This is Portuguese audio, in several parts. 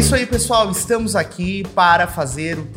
isso aí, pessoal. Estamos aqui para fazer o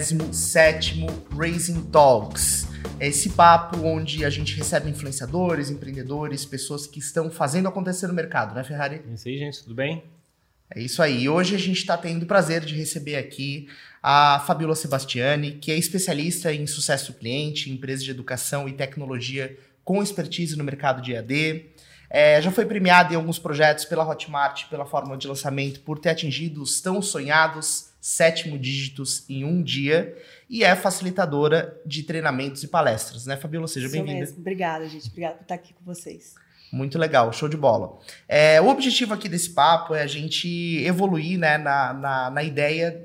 37º Raising Talks. É esse papo onde a gente recebe influenciadores, empreendedores, pessoas que estão fazendo acontecer no mercado, né, Ferrari? É isso aí, gente. Tudo bem? É isso aí. E hoje a gente está tendo o prazer de receber aqui a Fabiola Sebastiani, que é especialista em sucesso do cliente, empresa de educação e tecnologia com expertise no mercado de EAD. Já foi premiada em alguns projetos pela Hotmart, pela fórmula de lançamento, por ter atingido os tão sonhados 7 dígitos em um dia, e é facilitadora de treinamentos e palestras, né, Fabiola? Seja bem-vinda. Mesmo. Obrigada, gente. Obrigada por estar aqui com vocês. Muito legal, show de bola. O objetivo aqui desse papo é a gente evoluir, né, na ideia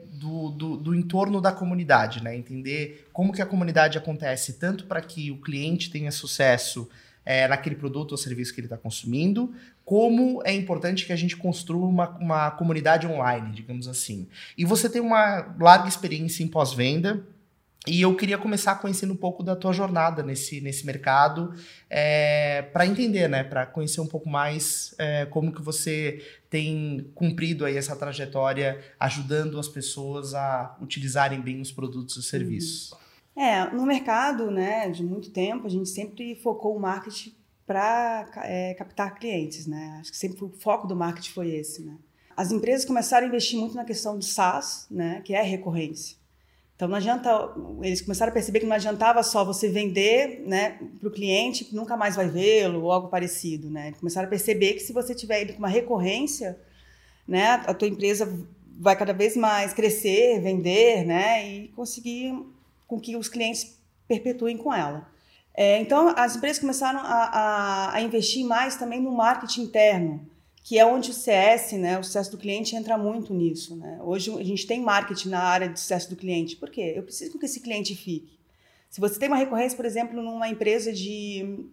do entorno da comunidade, né? Entender como que a comunidade acontece, tanto para que o cliente tenha sucesso naquele produto ou serviço que ele está consumindo, como é importante que a gente construa uma comunidade online, digamos assim. E você tem uma larga experiência em pós-venda, e eu queria começar conhecendo um pouco da tua jornada nesse mercado, para entender, né, para conhecer um pouco mais como que você tem cumprido aí essa trajetória, ajudando as pessoas a utilizarem bem os produtos e serviços. No mercado, né, de muito tempo, a gente sempre focou o marketing para captar clientes, né? Acho que sempre o foco do marketing foi esse, né? As empresas começaram a investir muito na questão do SaaS, né, que é a recorrência. Então não adianta, eles começaram a perceber que não adiantava só você vender, né, para o cliente que nunca mais vai vê-lo ou algo parecido, né? Eles começaram a perceber que se você tiver ele com uma recorrência, né, a tua empresa vai cada vez mais crescer, vender, né, e conseguir com que os clientes perpetuem com ela. Então, as empresas começaram a investir mais também no marketing interno, que é onde o CS, né, o sucesso do cliente, entra muito nisso, né? Hoje a gente tem marketing na área de sucesso do cliente. Por quê? Eu preciso que esse cliente fique. Se você tem uma recorrência, por exemplo, numa empresa de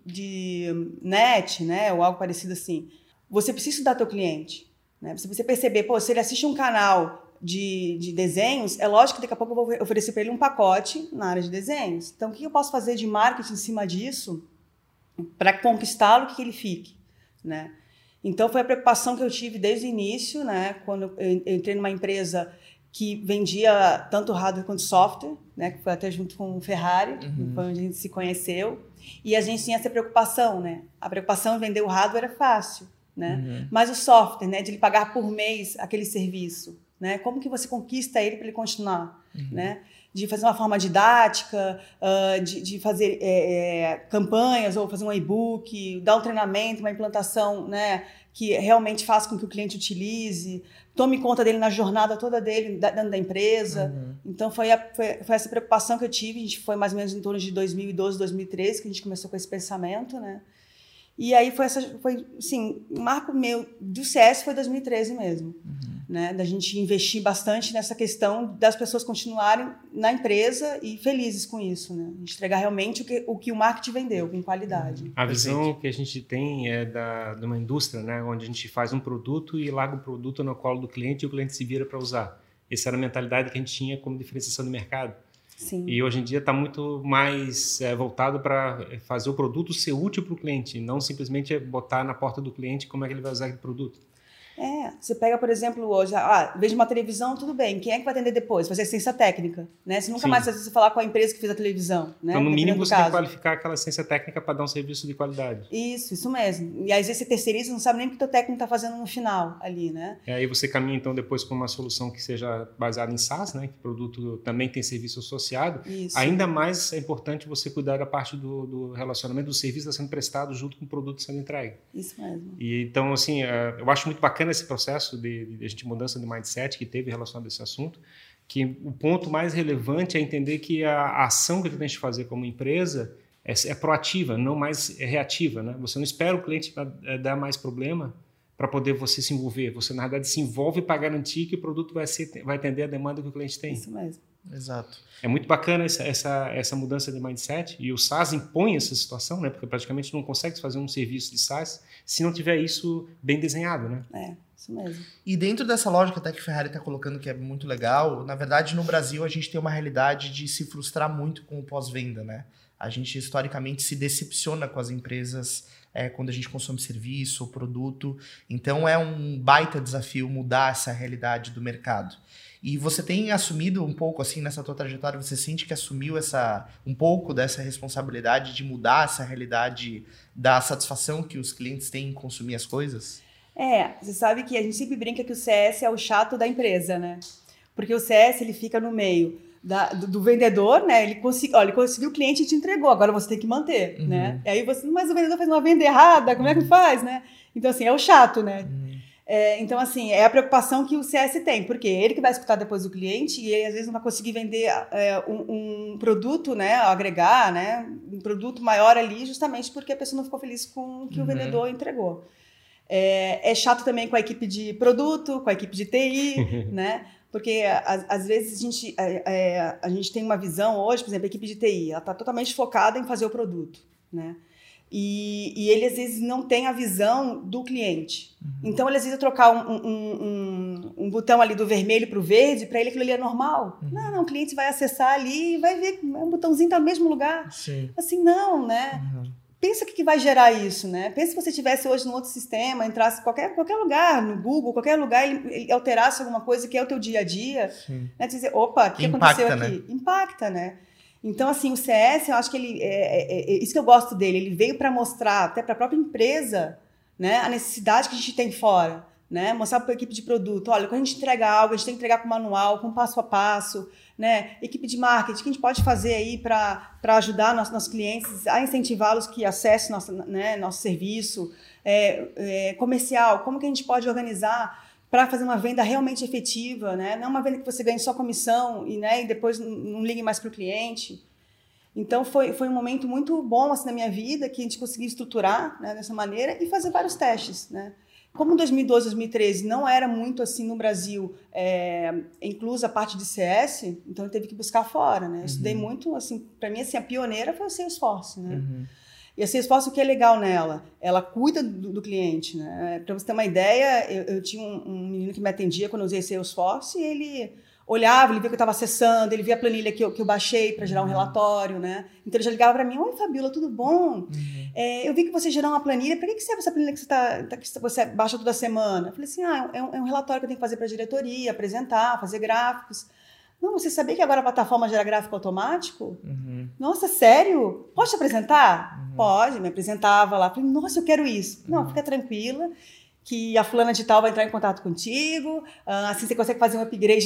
net, né, ou algo parecido assim, você precisa estudar teu cliente, né? Se você perceber, se ele assiste um canal de desenhos, é lógico que daqui a pouco eu vou oferecer para ele um pacote na área de desenhos. Então, o que eu posso fazer de marketing em cima disso para conquistá-lo, que ele fique, né? Então, foi a preocupação que eu tive desde o início, né? Quando eu entrei numa empresa que vendia tanto hardware quanto software, né? Que foi até junto com o Ferrari, que foi onde a gente se conheceu. E a gente tinha essa preocupação, né? A preocupação de vender o hardware era fácil, né? Mas o software, né? De ele pagar por mês aquele serviço, né? Como que você conquista ele para ele continuar, né? De fazer uma forma didática, de fazer campanhas ou fazer um e-book, dar um treinamento, uma implantação, né, que realmente faça com que o cliente utilize, tome conta dele na jornada toda dele dentro da empresa. Então, foi essa preocupação que eu tive. A gente foi mais ou menos em torno de 2012, 2013 que a gente começou com esse pensamento, né? E aí foi assim, o marco meu do CS foi 2013 mesmo, né? Da gente investir bastante nessa questão das pessoas continuarem na empresa e felizes com isso, né? A gente entregar realmente o que o marketing vendeu, com qualidade. A visão que a gente tem é de uma indústria, né? Onde a gente faz um produto e larga o produto no colo do cliente e o cliente se vira para usar. Essa era a mentalidade que a gente tinha como diferenciação do mercado. Sim. E hoje em dia está muito mais voltado para fazer o produto ser útil para o cliente, não simplesmente botar na porta do cliente como é que ele vai usar aquele produto. Você pega, por exemplo, hoje, vejo uma televisão, tudo bem, quem é que vai atender depois? Vai ser assistência técnica, né? Você nunca mais precisa falar com a empresa que fez a televisão, né? Então, no mínimo, você tem que qualificar aquela assistência técnica para dar um serviço de qualidade. Isso mesmo. E às vezes você terceiriza, não sabe nem o que o teu técnico está fazendo no final ali, né? Aí você caminha, então, depois para uma solução que seja baseada em SaaS, né? Que o produto também tem serviço associado. Isso. Ainda mais é importante você cuidar da parte do relacionamento, do serviço está sendo prestado junto com o produto sendo entregue. Isso mesmo. E, então, assim, eu acho muito bacana esse processo de mudança de mindset que teve relacionado a esse assunto, que o ponto mais relevante é entender que a ação que você tem que fazer como empresa é proativa, não mais reativa, né? Você não espera o cliente dar mais problema para poder você se envolver. Você, na verdade, se envolve para garantir que o produto vai atender a demanda que o cliente tem. Isso mesmo. Exato. É muito bacana essa mudança de mindset, e o SaaS impõe essa situação, né? Porque praticamente não consegue fazer um serviço de SaaS se não tiver isso bem desenhado, né? Isso mesmo. E dentro dessa lógica até que a Ferrari está colocando, que é muito legal, na verdade, no Brasil, a gente tem uma realidade de se frustrar muito com o pós-venda, né? A gente, historicamente, se decepciona com as empresas quando a gente consome serviço ou produto. Então é um baita desafio mudar essa realidade do mercado. E você tem assumido um pouco, assim, nessa tua trajetória, você sente que assumiu um pouco dessa responsabilidade de mudar essa realidade da satisfação que os clientes têm em consumir as coisas? Você sabe que a gente sempre brinca que o CS é o chato da empresa, né? Porque o CS, ele fica no meio do vendedor, né? Ele conseguiu o cliente e te entregou, agora você tem que manter, né? E aí mas o vendedor fez uma venda errada, como é que faz, né? Então, assim, é o chato, né? Então, assim, é a preocupação que o CS tem, porque é ele que vai escutar depois o cliente e ele, às vezes, não vai conseguir vender um produto, né, agregar, né, um produto maior ali, justamente porque a pessoa não ficou feliz com o que o vendedor entregou. É chato também com a equipe de produto, com a equipe de TI, né, porque, às vezes, a gente tem uma visão hoje, por exemplo, a equipe de TI, ela está totalmente focada em fazer o produto, né? E ele, às vezes, não tem a visão do cliente. Então, ele, às vezes, trocar um botão ali do vermelho para o verde, para ele aquilo ali é normal. Não, o cliente vai acessar ali e vai ver um botãozinho está no mesmo lugar. Sim. Assim, não, né? Pensa o que vai gerar isso, né? Pensa se você estivesse hoje num outro sistema, entrasse em qualquer lugar, no Google, qualquer lugar, ele alterasse alguma coisa que é o teu dia a dia. Né? Dizer, opa, o que aconteceu aqui? Né? Impacta, né? Então, assim, o CS, eu acho que isso que eu gosto dele, ele veio para mostrar, até para a própria empresa, né, a necessidade que a gente tem fora, né, mostrar para a equipe de produto, olha, quando a gente entrega algo, a gente tem que entregar com manual, com passo a passo, né, equipe de marketing, o que a gente pode fazer aí para ajudar nossos clientes a incentivá-los que acessem nosso serviço, comercial, como que a gente pode organizar para fazer uma venda realmente efetiva, né? Não uma venda que você ganhe só comissão e depois não ligue mais para o cliente. Então, foi um momento muito bom assim, na minha vida, que a gente conseguiu estruturar, né, dessa maneira e fazer vários testes. Né? Como em 2012, 2013 não era muito assim no Brasil, inclusa a parte de CS, então eu teve que buscar fora. Né? Eu estudei muito, assim, para mim assim, a pioneira foi o Salesforce. Né? E a Salesforce, o que é legal nela? Ela cuida do cliente, né? Para você ter uma ideia, eu tinha um menino que me atendia quando eu usei Salesforce e ele olhava, ele via que eu estava acessando, ele via a planilha que eu baixei para gerar um relatório, né? Então ele já ligava para mim, oi Fabiola, tudo bom? Eu vi que você gerou uma planilha, para que serve essa planilha que você baixa toda semana? Eu falei assim, é um relatório que eu tenho que fazer para a diretoria, apresentar, fazer gráficos. Não, você sabia que agora a plataforma gera gráfico automático? Nossa, sério? Posso te apresentar? Pode, me apresentava lá. Falei, nossa, eu quero isso. Não, fica tranquila, que a fulana de tal vai entrar em contato contigo, assim você consegue fazer um upgrade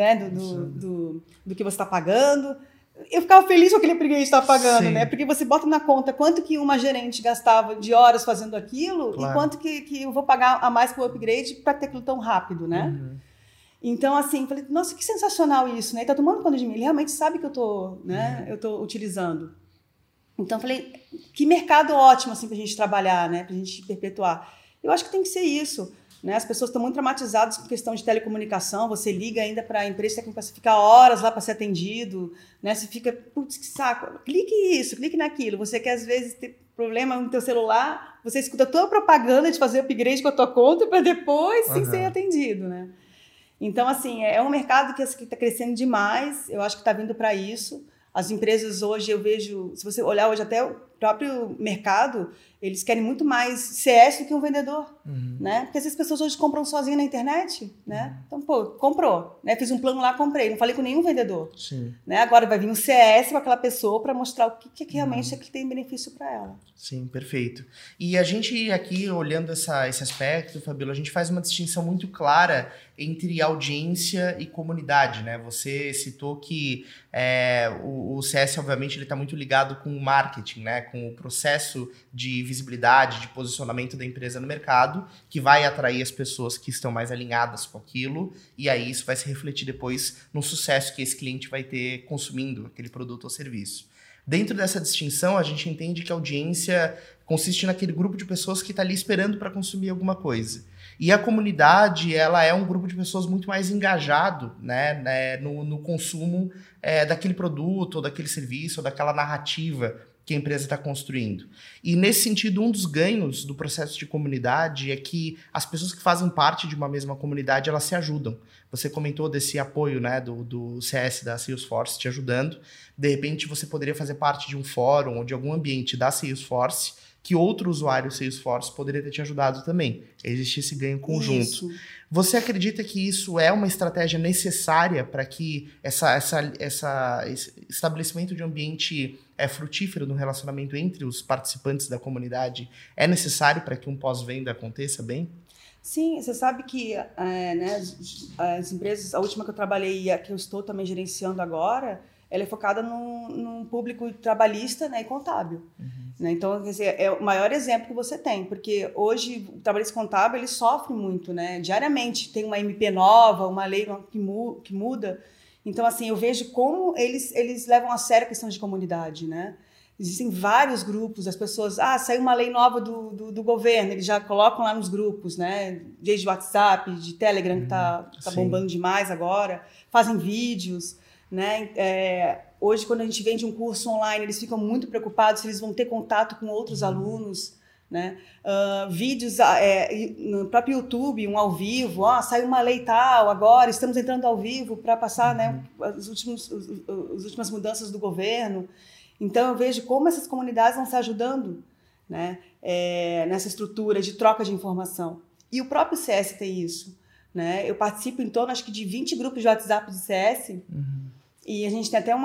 do que você está pagando. Eu ficava feliz com aquele upgrade que estava pagando, né? Porque você bota na conta quanto que uma gerente gastava de horas fazendo aquilo e quanto que eu vou pagar a mais por upgrade para ter aquilo tão rápido, né? Então, assim, falei, nossa, que sensacional isso, né? Ele tá tomando conta de mim, ele realmente sabe que eu tô utilizando. Então, falei, que mercado ótimo, assim, pra gente trabalhar, né? Pra gente perpetuar. Eu acho que tem que ser isso, né? As pessoas estão muito traumatizadas com questão de telecomunicação, você liga ainda para a empresa técnica, você fica horas lá para ser atendido, né? Você fica, putz, que saco, clique naquilo. Você quer, às vezes, ter problema no teu celular, você escuta a tua propaganda de fazer upgrade com a tua conta para depois ser atendido, né? Então, assim, é um mercado que está crescendo demais, eu acho que está vindo para isso. As empresas hoje, eu vejo, se você olhar hoje até o próprio mercado, eles querem muito mais CS do que um vendedor, né? Porque essas pessoas hoje compram sozinhas na internet, né? Então, comprou, né? Fiz um plano lá, comprei, não falei com nenhum vendedor. Né? Agora vai vir um CS com aquela pessoa para mostrar o que realmente é que tem benefício para ela. Sim, perfeito. E a gente aqui, olhando esse aspecto, Fabiola, a gente faz uma distinção muito clara entre audiência e comunidade, né? Você citou que o CS, obviamente, ele está muito ligado com o marketing, né? Com o processo de visibilidade, de posicionamento da empresa no mercado, que vai atrair as pessoas que estão mais alinhadas com aquilo, e aí isso vai se refletir depois no sucesso que esse cliente vai ter consumindo aquele produto ou serviço. Dentro dessa distinção, a gente entende que a audiência consiste naquele grupo de pessoas que está ali esperando para consumir alguma coisa. E a comunidade, ela é um grupo de pessoas muito mais engajado, né, no consumo daquele produto, ou daquele serviço, ou daquela narrativa que a empresa está construindo. E, nesse sentido, um dos ganhos do processo de comunidade é que as pessoas que fazem parte de uma mesma comunidade, elas se ajudam. Você comentou desse apoio, né, do CS da Salesforce te ajudando. De repente, você poderia fazer parte de um fórum ou de algum ambiente da Salesforce que outro usuário Salesforce poderia ter te ajudado também. Existe esse ganho conjunto. Isso. Você acredita que isso é uma estratégia necessária para que esse estabelecimento de ambiente frutífero no relacionamento entre os participantes da comunidade é necessário para que um pós-venda aconteça bem? Sim, você sabe que né, as empresas, a última que eu trabalhei e a que eu estou também gerenciando agora, ela é focada num público trabalhista, né, e contábil. Né? Então, quer dizer, é o maior exemplo que você tem, porque hoje o trabalhista contábil ele sofre muito, né? Diariamente tem uma MP nova, uma lei que muda. Então, assim, eu vejo como eles levam a sério a questão de comunidade, né? Existem vários grupos, as pessoas, saiu uma lei nova do governo, eles já colocam lá nos grupos, né? Desde WhatsApp, de Telegram, que tá bombando demais agora, fazem vídeos, né? Hoje, quando a gente vende um curso online, eles ficam muito preocupados se eles vão ter contato com outros alunos, né? Vídeos no próprio YouTube, um ao vivo, saiu uma lei tal, agora estamos entrando ao vivo para passar, né, as últimas mudanças do governo. Então, eu vejo como essas comunidades vão se ajudando, né, nessa estrutura de troca de informação. E o próprio CS tem isso. Né? Eu participo em torno, acho que, de 20 grupos de WhatsApp de CS. E a gente tem até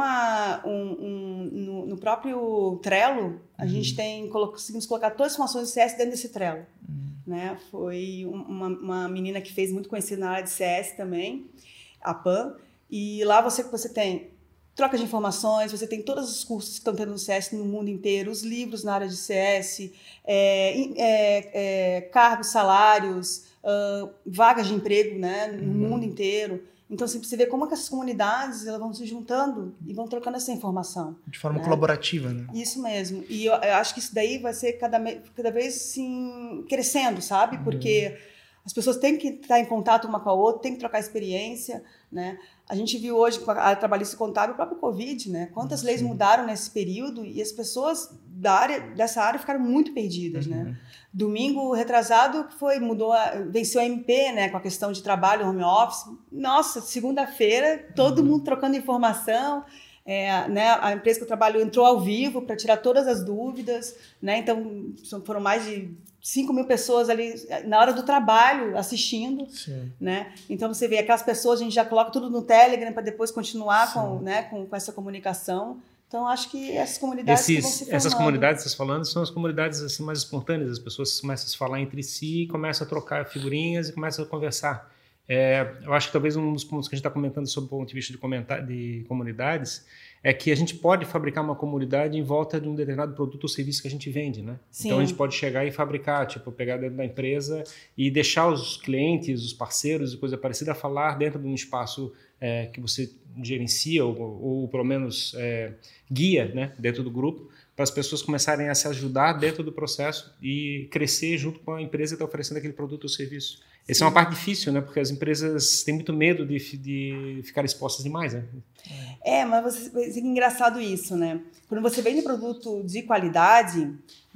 no próprio Trello, a gente conseguimos colocar todas as informações de CS dentro desse Trello. Né? Foi uma menina que fez muito conhecida na área de CS também, a Pan. E lá você tem troca de informações, você tem todos os cursos que estão tendo no CS no mundo inteiro, os livros na área de CS, cargos, salários, vagas de emprego, né, no mundo inteiro. Então, assim, você vê como é que essas comunidades elas vão se juntando e vão trocando essa informação. De forma colaborativa, né? Isso mesmo. E eu acho que isso daí vai ser cada vez assim, crescendo, sabe? Porque as pessoas têm que estar em contato uma com a outra, têm que trocar experiência, né? A gente viu hoje com a área trabalhista e contábil o próprio Covid, né? Quantas leis mudaram nesse período e as pessoas dessa área ficaram muito perdidas, né? Domingo retrasado venceu a MP, né? Com a questão de trabalho, home office. Nossa, segunda-feira, todo mundo trocando informação. Né? A empresa que eu trabalho entrou ao vivo para tirar todas as dúvidas, né? Então, foram mais de 5.000 pessoas ali na hora do trabalho assistindo, né? Então você vê aquelas pessoas, a gente já coloca tudo no Telegram para depois continuar com essa comunicação. Então acho que essas comunidades que vão se formando. Essas comunidades que você está falando são as comunidades assim mais espontâneas, as pessoas começam a se falar entre si, começam a trocar figurinhas e começam a conversar. Eu acho que talvez um dos pontos que a gente está comentando sobre o ponto de vista de comunidades é que a gente pode fabricar uma comunidade em volta de um determinado produto ou serviço que a gente vende, né? Sim. Então a gente pode chegar e fabricar, pegar dentro da empresa e deixar os clientes, os parceiros e coisa parecida falar dentro de um espaço que você gerencia ou pelo menos guia, né, dentro do grupo, para as pessoas começarem a se ajudar dentro do processo e crescer junto com a empresa que está oferecendo aquele produto ou serviço. Essa é uma parte difícil, né? Porque as empresas têm muito medo de ficar expostas demais, né? Mas é engraçado isso, né? Quando você vende produto de qualidade,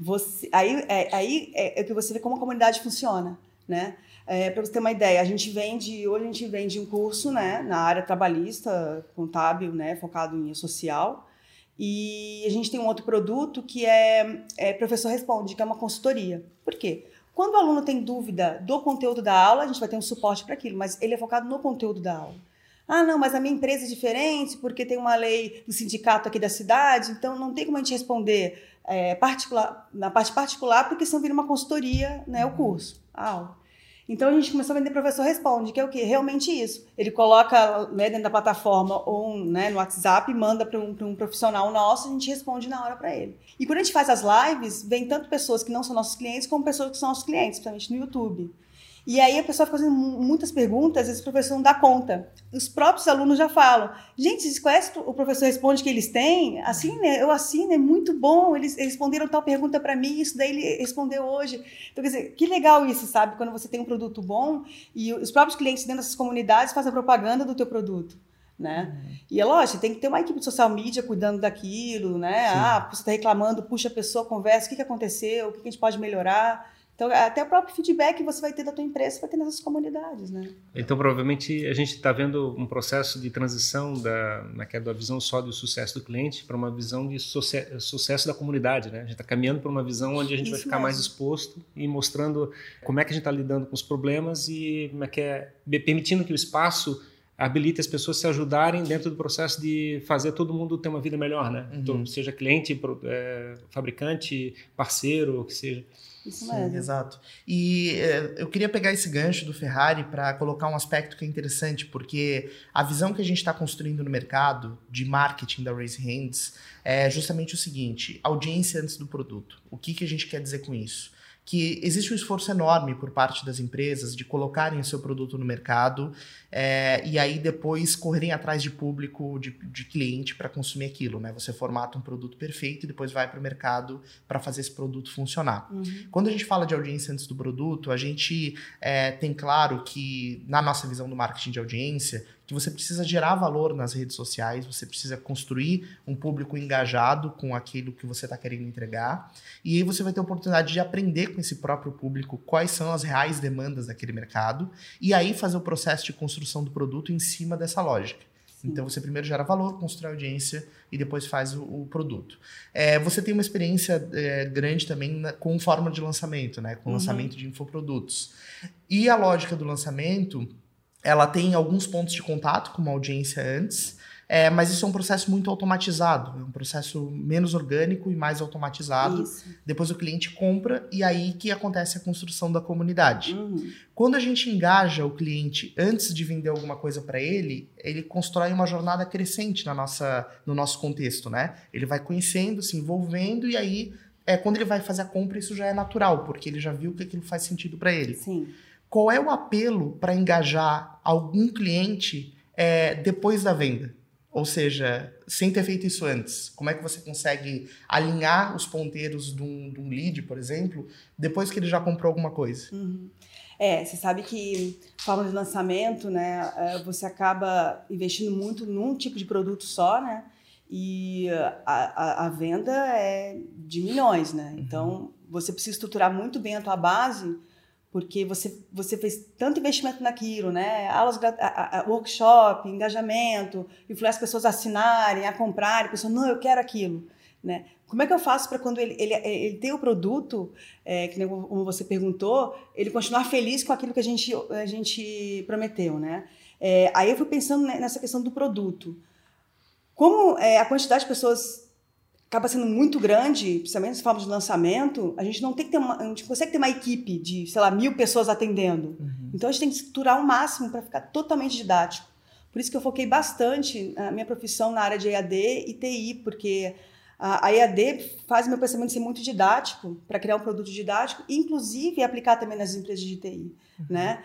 aí é que você vê como a comunidade funciona, né? Para você ter uma ideia, hoje a gente vende um curso, né, na área trabalhista, contábil, né, focado em social, e a gente tem um outro produto que é Professor Responde, que é uma consultoria. Por quê? Quando o aluno tem dúvida do conteúdo da aula, a gente vai ter um suporte para aquilo, mas ele é focado no conteúdo da aula. Não, mas a minha empresa é diferente porque tem uma lei do sindicato aqui da cidade, então não tem como a gente responder na parte particular, porque senão vira uma consultoria, né, o curso, a aula. Então, a gente começou a vender Professor Responde, que é o quê? Realmente isso. Ele coloca, né, dentro da plataforma ou, né, no WhatsApp, manda para um profissional nosso, a gente responde na hora para ele. E quando a gente faz as lives, vem tanto pessoas que não são nossos clientes, como pessoas que são nossos clientes, principalmente no YouTube. E aí a pessoa fica fazendo muitas perguntas, às vezes o professor não dá conta. Os próprios alunos já falam, gente, vocês conhecem o Professor Responde que eles têm? Eu assino, é muito bom, eles responderam tal pergunta para mim, isso daí ele respondeu hoje. Então, quer dizer, que legal isso, sabe? Quando você tem um produto bom e os próprios clientes dentro dessas comunidades fazem a propaganda do teu produto. Né? E é lógico, tem que ter uma equipe de social media cuidando daquilo, né? Você está reclamando, puxa a pessoa, conversa, o que aconteceu, o que a gente pode melhorar. Então, até o próprio feedback que você vai ter da tua empresa, você vai ter nessas comunidades, né? Então, provavelmente, a gente está vendo um processo de transição da visão só do sucesso do cliente para uma visão de sucesso da comunidade, né? A gente está caminhando para uma visão onde a gente vai ficar mais exposto e mostrando como é que a gente está lidando com os problemas e como é que permitindo que o espaço habilite as pessoas a se ajudarem dentro do processo de fazer todo mundo ter uma vida melhor, né? Então, seja cliente, fabricante, parceiro, o que seja. Isso mesmo. Sim, exato. E eu queria pegar esse gancho do Ferrari para colocar um aspecto que é interessante, porque a visão que a gente está construindo no mercado de marketing da Raise Hands é justamente o seguinte: audiência antes do produto. O que a gente quer dizer com isso? Que existe um esforço enorme por parte das empresas de colocarem o seu produto no mercado e aí depois correrem atrás de público, de cliente para consumir aquilo, né? Você formata um produto perfeito e depois vai para o mercado para fazer esse produto funcionar. Quando a gente fala de audiência antes do produto, a gente tem claro que, na nossa visão do marketing de audiência, que você precisa gerar valor nas redes sociais, você precisa construir um público engajado com aquilo que você está querendo entregar, e aí você vai ter a oportunidade de aprender com esse próprio público quais são as reais demandas daquele mercado, e aí fazer o processo de construção do produto em cima dessa lógica. Sim. Então você primeiro gera valor, constrói audiência e depois faz o produto. Você tem uma experiência grande também com forma de lançamento, né? Com lançamento de infoprodutos. E a lógica do lançamento, ela tem alguns pontos de contato com uma audiência antes, mas isso é um processo muito automatizado, é um processo menos orgânico e mais automatizado. Isso. Depois o cliente compra e aí que acontece a construção da comunidade. Quando a gente engaja o cliente antes de vender alguma coisa para ele constrói uma jornada crescente no nosso contexto, né? Ele vai conhecendo, se envolvendo e aí, quando ele vai fazer a compra, isso já é natural, porque ele já viu que aquilo faz sentido para ele. Sim. Qual é o apelo para engajar algum cliente depois da venda? Ou seja, sem ter feito isso antes. Como é que você consegue alinhar os ponteiros de um lead, por exemplo, depois que ele já comprou alguma coisa? Você sabe que, forma de lançamento, né, você acaba investindo muito num tipo de produto só, né? E a venda é de milhões, né? Então, você precisa estruturar muito bem a tua base, porque você fez tanto investimento naquilo, né? Aulas, workshop, engajamento, influenciar as pessoas a assinarem, a comprarem, a pessoa, não, eu quero aquilo, né? Como é que eu faço para quando ele ter o produto, que nem como você perguntou, ele continuar feliz com aquilo que a gente prometeu, né? Aí eu fui pensando nessa questão do produto. Como a quantidade de pessoas acaba sendo muito grande, principalmente em forma de lançamento, a gente não tem que ter a gente consegue ter uma equipe de, sei lá, 1.000 pessoas atendendo. Então a gente tem que estruturar ao máximo para ficar totalmente didático. Por isso que eu foquei bastante na minha profissão na área de EAD e TI, porque a EAD faz meu pensamento ser muito didático para criar um produto didático, inclusive aplicar também nas empresas de TI. Né?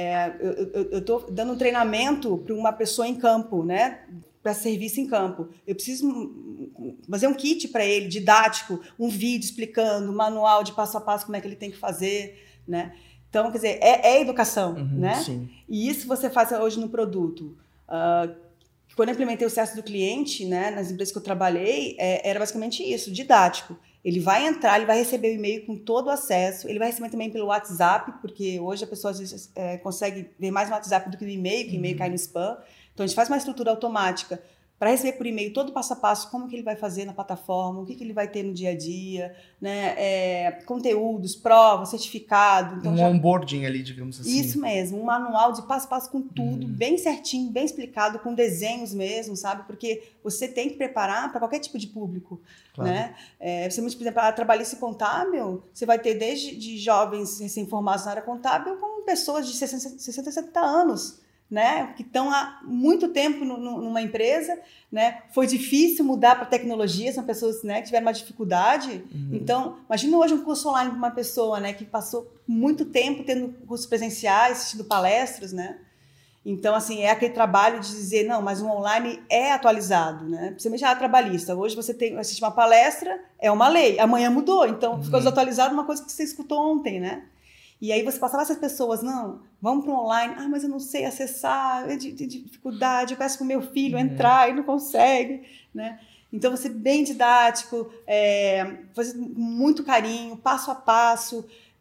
Eu estou dando um treinamento para uma pessoa em campo, né? Para serviço em campo. Eu preciso fazer um kit para ele, didático, um vídeo explicando, um manual de passo a passo como é que ele tem que fazer, né? Então, quer dizer, é educação, né? Sim. E isso você faz hoje no produto. Quando eu implementei o sucesso do cliente, né, nas empresas que eu trabalhei, era basicamente isso, didático. Ele vai entrar, ele vai receber o e-mail com todo o acesso, ele vai receber também pelo WhatsApp, porque hoje a pessoa às vezes consegue ver mais no WhatsApp do que no e-mail, que o e-mail cai no spam. Então, a gente faz uma estrutura automática para receber por e-mail todo o passo a passo, como que ele vai fazer na plataforma, o que ele vai ter no dia a dia, né? Conteúdos, provas, certificado. Então, onboarding ali, digamos assim. Isso mesmo, um manual de passo a passo com tudo, bem certinho, bem explicado, com desenhos mesmo, sabe? Porque você tem que preparar para qualquer tipo de público, claro. Né? Por exemplo, a trabalhista contábil, você vai ter desde de jovens recém-formados na área contábil com pessoas de 60, 70 anos, né, que estão há muito tempo numa empresa, né? Foi difícil mudar para tecnologia, são pessoas, né, que tiveram uma dificuldade. Então, imagina hoje um curso online para uma pessoa, né, que passou muito tempo tendo cursos presenciais, assistindo palestras, né? Então, assim, é aquele trabalho de dizer, não, mas o online é atualizado, né? Principalmente a trabalhista. Hoje você assiste uma palestra, é uma lei, amanhã mudou, então ficou desatualizado uma coisa que você escutou ontem, né? E aí você passava essas pessoas, não, vamos para o online, mas eu não sei acessar, é de dificuldade, eu peço para o meu filho entrar e não consegue, né? Então, você bem didático, fazer muito carinho, passo a passo,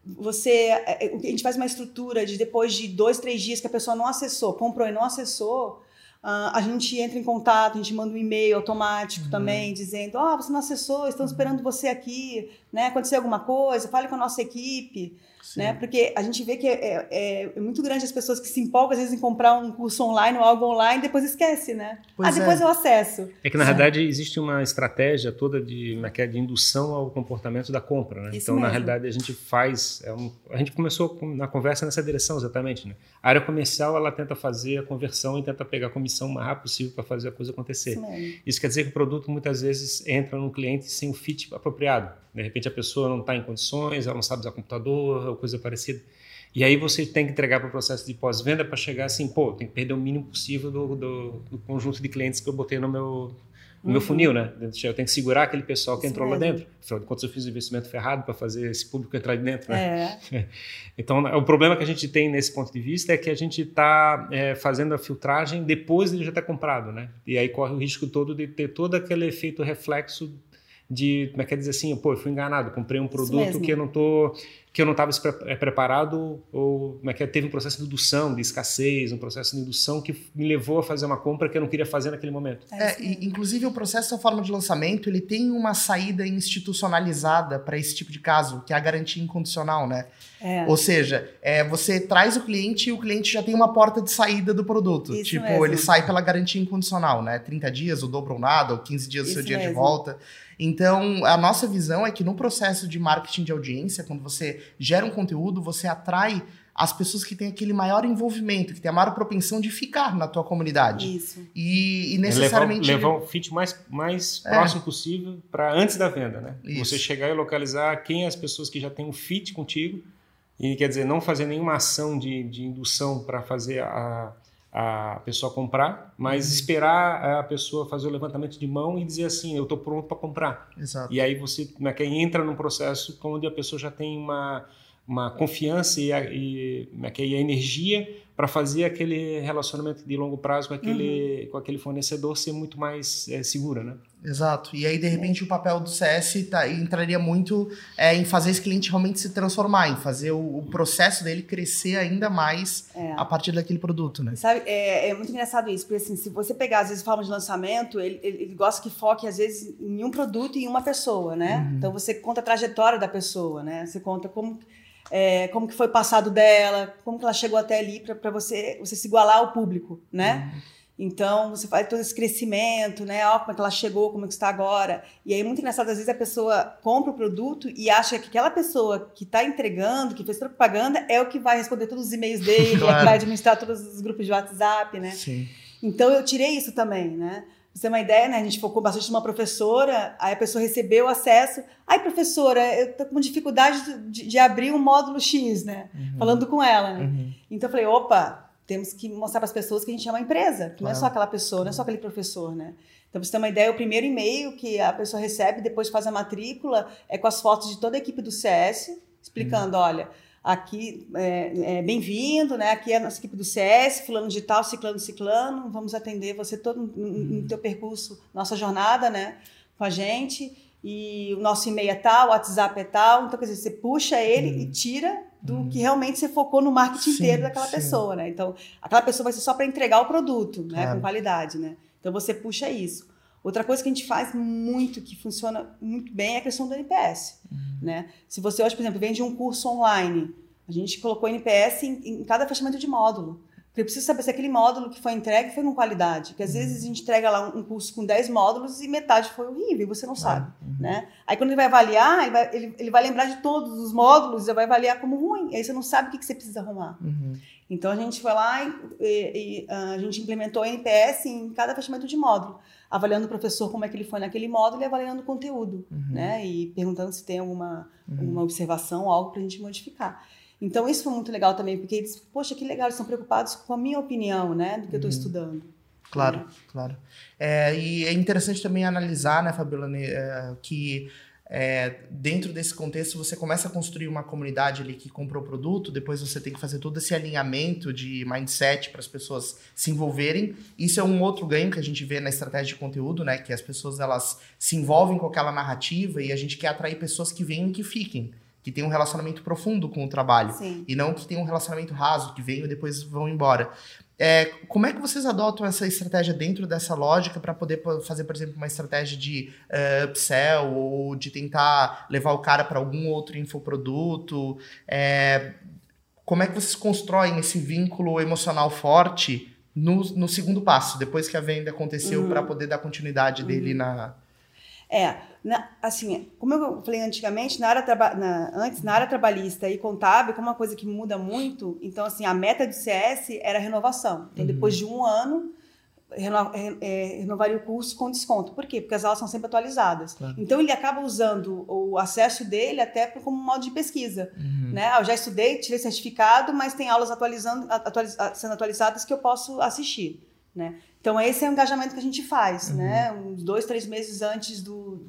a gente faz uma estrutura de depois de 2, 3 dias que a pessoa não acessou, comprou e não acessou, a gente entra em contato, a gente manda um e-mail automático também, dizendo, você não acessou, estamos esperando você aqui, né? Aconteceu alguma coisa, fale com a nossa equipe, né? Porque a gente vê que é muito grande as pessoas que se empolgam, às vezes, em comprar um curso online ou algo online, depois esquece, né? Depois eu acesso. É que, na realidade, existe uma estratégia toda de indução ao comportamento da compra, né? Então, na realidade, a gente faz... a gente começou na conversa nessa direção, exatamente, né? A área comercial, ela tenta fazer a conversão e tenta pegar a comissão o mais rápido possível para fazer a coisa acontecer. Isso quer dizer que o produto, muitas vezes, entra no cliente sem o fit apropriado. De repente, a pessoa não está em condições, ela não sabe usar computador, ou coisa parecida. E aí você tem que entregar para o processo de pós-venda para chegar assim, tem que perder o mínimo possível do conjunto de clientes que eu botei no meu funil, né? Eu tenho que segurar aquele pessoal que entrou lá dentro. Afinal de contas, eu fiz um investimento ferrado para fazer esse público entrar de dentro, né? Então, o problema que a gente tem nesse ponto de vista é que a gente está fazendo a filtragem depois de ele já estar comprado, né? E aí corre o risco todo de ter todo aquele efeito reflexo de, como é que é dizer assim, eu fui enganado, comprei um produto que eu não estava preparado, ou como é que teve um processo de indução, de escassez, um processo de indução que me levou a fazer uma compra que eu não queria fazer naquele momento. Inclusive o processo da forma de lançamento, ele tem uma saída institucionalizada para esse tipo de caso, que é a garantia incondicional, né? Ou seja, você traz o cliente e o cliente já tem uma porta de saída do produto. Ele sai pela garantia incondicional, né? 30 dias, o dobro ou nada, ou 15 dias do seu dia de volta. Então, a nossa visão é que no processo de marketing de audiência, quando você gera um conteúdo, você atrai as pessoas que têm aquele maior envolvimento, que têm a maior propensão de ficar na tua comunidade. Isso. E necessariamente... Levar o fit mais próximo possível para antes da venda, né? Isso. Você chegar e localizar quem as pessoas que já têm um fit contigo, e quer dizer, não fazer nenhuma ação de indução para fazer a pessoa comprar, mas esperar a pessoa fazer o levantamento de mão e dizer assim, eu estou pronto para comprar. Exato. E aí você entra num processo onde a pessoa já tem uma confiança e a energia para fazer aquele relacionamento de longo prazo com aquele fornecedor ser muito mais segura, né? Exato. E aí, de repente, o papel do CS entraria muito em fazer esse cliente realmente se transformar, em fazer o processo dele crescer ainda mais a partir daquele produto, né? Sabe, é muito engraçado isso, porque assim, se você pegar, às vezes, forma de lançamento, ele gosta que foque, às vezes, em um produto e em uma pessoa, né? Então, você conta a trajetória da pessoa, né? Você conta como que foi o passado dela, como que ela chegou até ali para você se igualar ao público, né? Então, você faz todo esse crescimento, né? Como é que ela chegou, como é que está agora. E aí, muito engraçado, às vezes a pessoa compra o produto e acha que aquela pessoa que está entregando, que fez toda a propaganda, é o que vai responder todos os e-mails dele, é que vai administrar todos os grupos de WhatsApp, né? Sim. Então, eu tirei isso também, né? Pra você ter uma ideia, né? A gente focou bastante numa professora, aí a pessoa recebeu acesso. Ai, professora, eu tô com dificuldade de abrir um módulo X, né? Falando com ela, né? Então, eu falei, opa, temos que mostrar para as pessoas que a gente é uma empresa, que não é só aquela pessoa, não é só aquele professor, né? Então, pra você ter uma ideia, o primeiro e-mail que a pessoa recebe, depois faz a matrícula, é com as fotos de toda a equipe do CS, explicando, olha, aqui, bem-vindo, né? Aqui é a nossa equipe do CS, fulano de tal, ciclano, vamos atender você todo no teu percurso, nossa jornada, né? Com a gente, e o nosso e-mail é tal, o WhatsApp é tal, então, quer dizer, você puxa ele e tira do que realmente você focou no marketing inteiro daquela pessoa, né? Então, aquela pessoa vai ser só para entregar o produto, né? Com qualidade, né? Então, você puxa isso. Outra coisa que a gente faz muito, que funciona muito bem, é a questão do NPS, né? Se você hoje, por exemplo, vende um curso online, a gente colocou NPS em cada fechamento de módulo. Porque eu preciso saber se aquele módulo que foi entregue foi com qualidade. Porque às vezes a gente entrega lá um curso com 10 módulos e metade foi horrível e você não sabe, né? Aí quando ele vai avaliar, ele vai lembrar de todos os módulos e vai avaliar como ruim. Aí você não sabe o que você precisa arrumar. Então a gente foi lá e a gente implementou o NPS em cada fechamento de módulo, avaliando o professor como é que ele foi naquele módulo e avaliando o conteúdo, né? E perguntando se tem alguma observação, algo para a gente modificar. Então, isso foi muito legal também, porque eles, poxa, que legal, eles estão preocupados com a minha opinião, né, do que eu estou estudando. Claro, claro. E é interessante também analisar, né, Fabiola, que dentro desse contexto você começa a construir uma comunidade ali que comprou o produto, depois você tem que fazer todo esse alinhamento de mindset para as pessoas se envolverem. Isso é um outro ganho que a gente vê na estratégia de conteúdo, né, que as pessoas elas se envolvem com aquela narrativa e a gente quer atrair pessoas que venham e que fiquem. que tem um relacionamento profundo com o trabalho. Sim. E não que tem um relacionamento raso, que vem e depois vão embora. Como é que vocês adotam essa estratégia dentro dessa lógica para poder fazer, por exemplo, uma estratégia de upsell ou de tentar levar o cara para algum outro infoproduto? Como é que vocês constroem esse vínculo emocional forte no segundo passo, depois que a venda aconteceu, para poder dar continuidade dele na... Assim, como eu falei antigamente, antes na área trabalhista e contábil, como uma coisa que muda muito, então assim, a meta do CS era renovação. Então, depois de um ano, renovaria o curso com desconto. Por quê? Porque as aulas são sempre atualizadas. Claro. Então, ele acaba usando o acesso dele até como modo de pesquisa. Né? Eu já estudei, tirei certificado, mas tem aulas sendo atualizadas que eu posso assistir. Né? Então, esse é o engajamento que a gente faz, né? Uns 2, 3 meses antes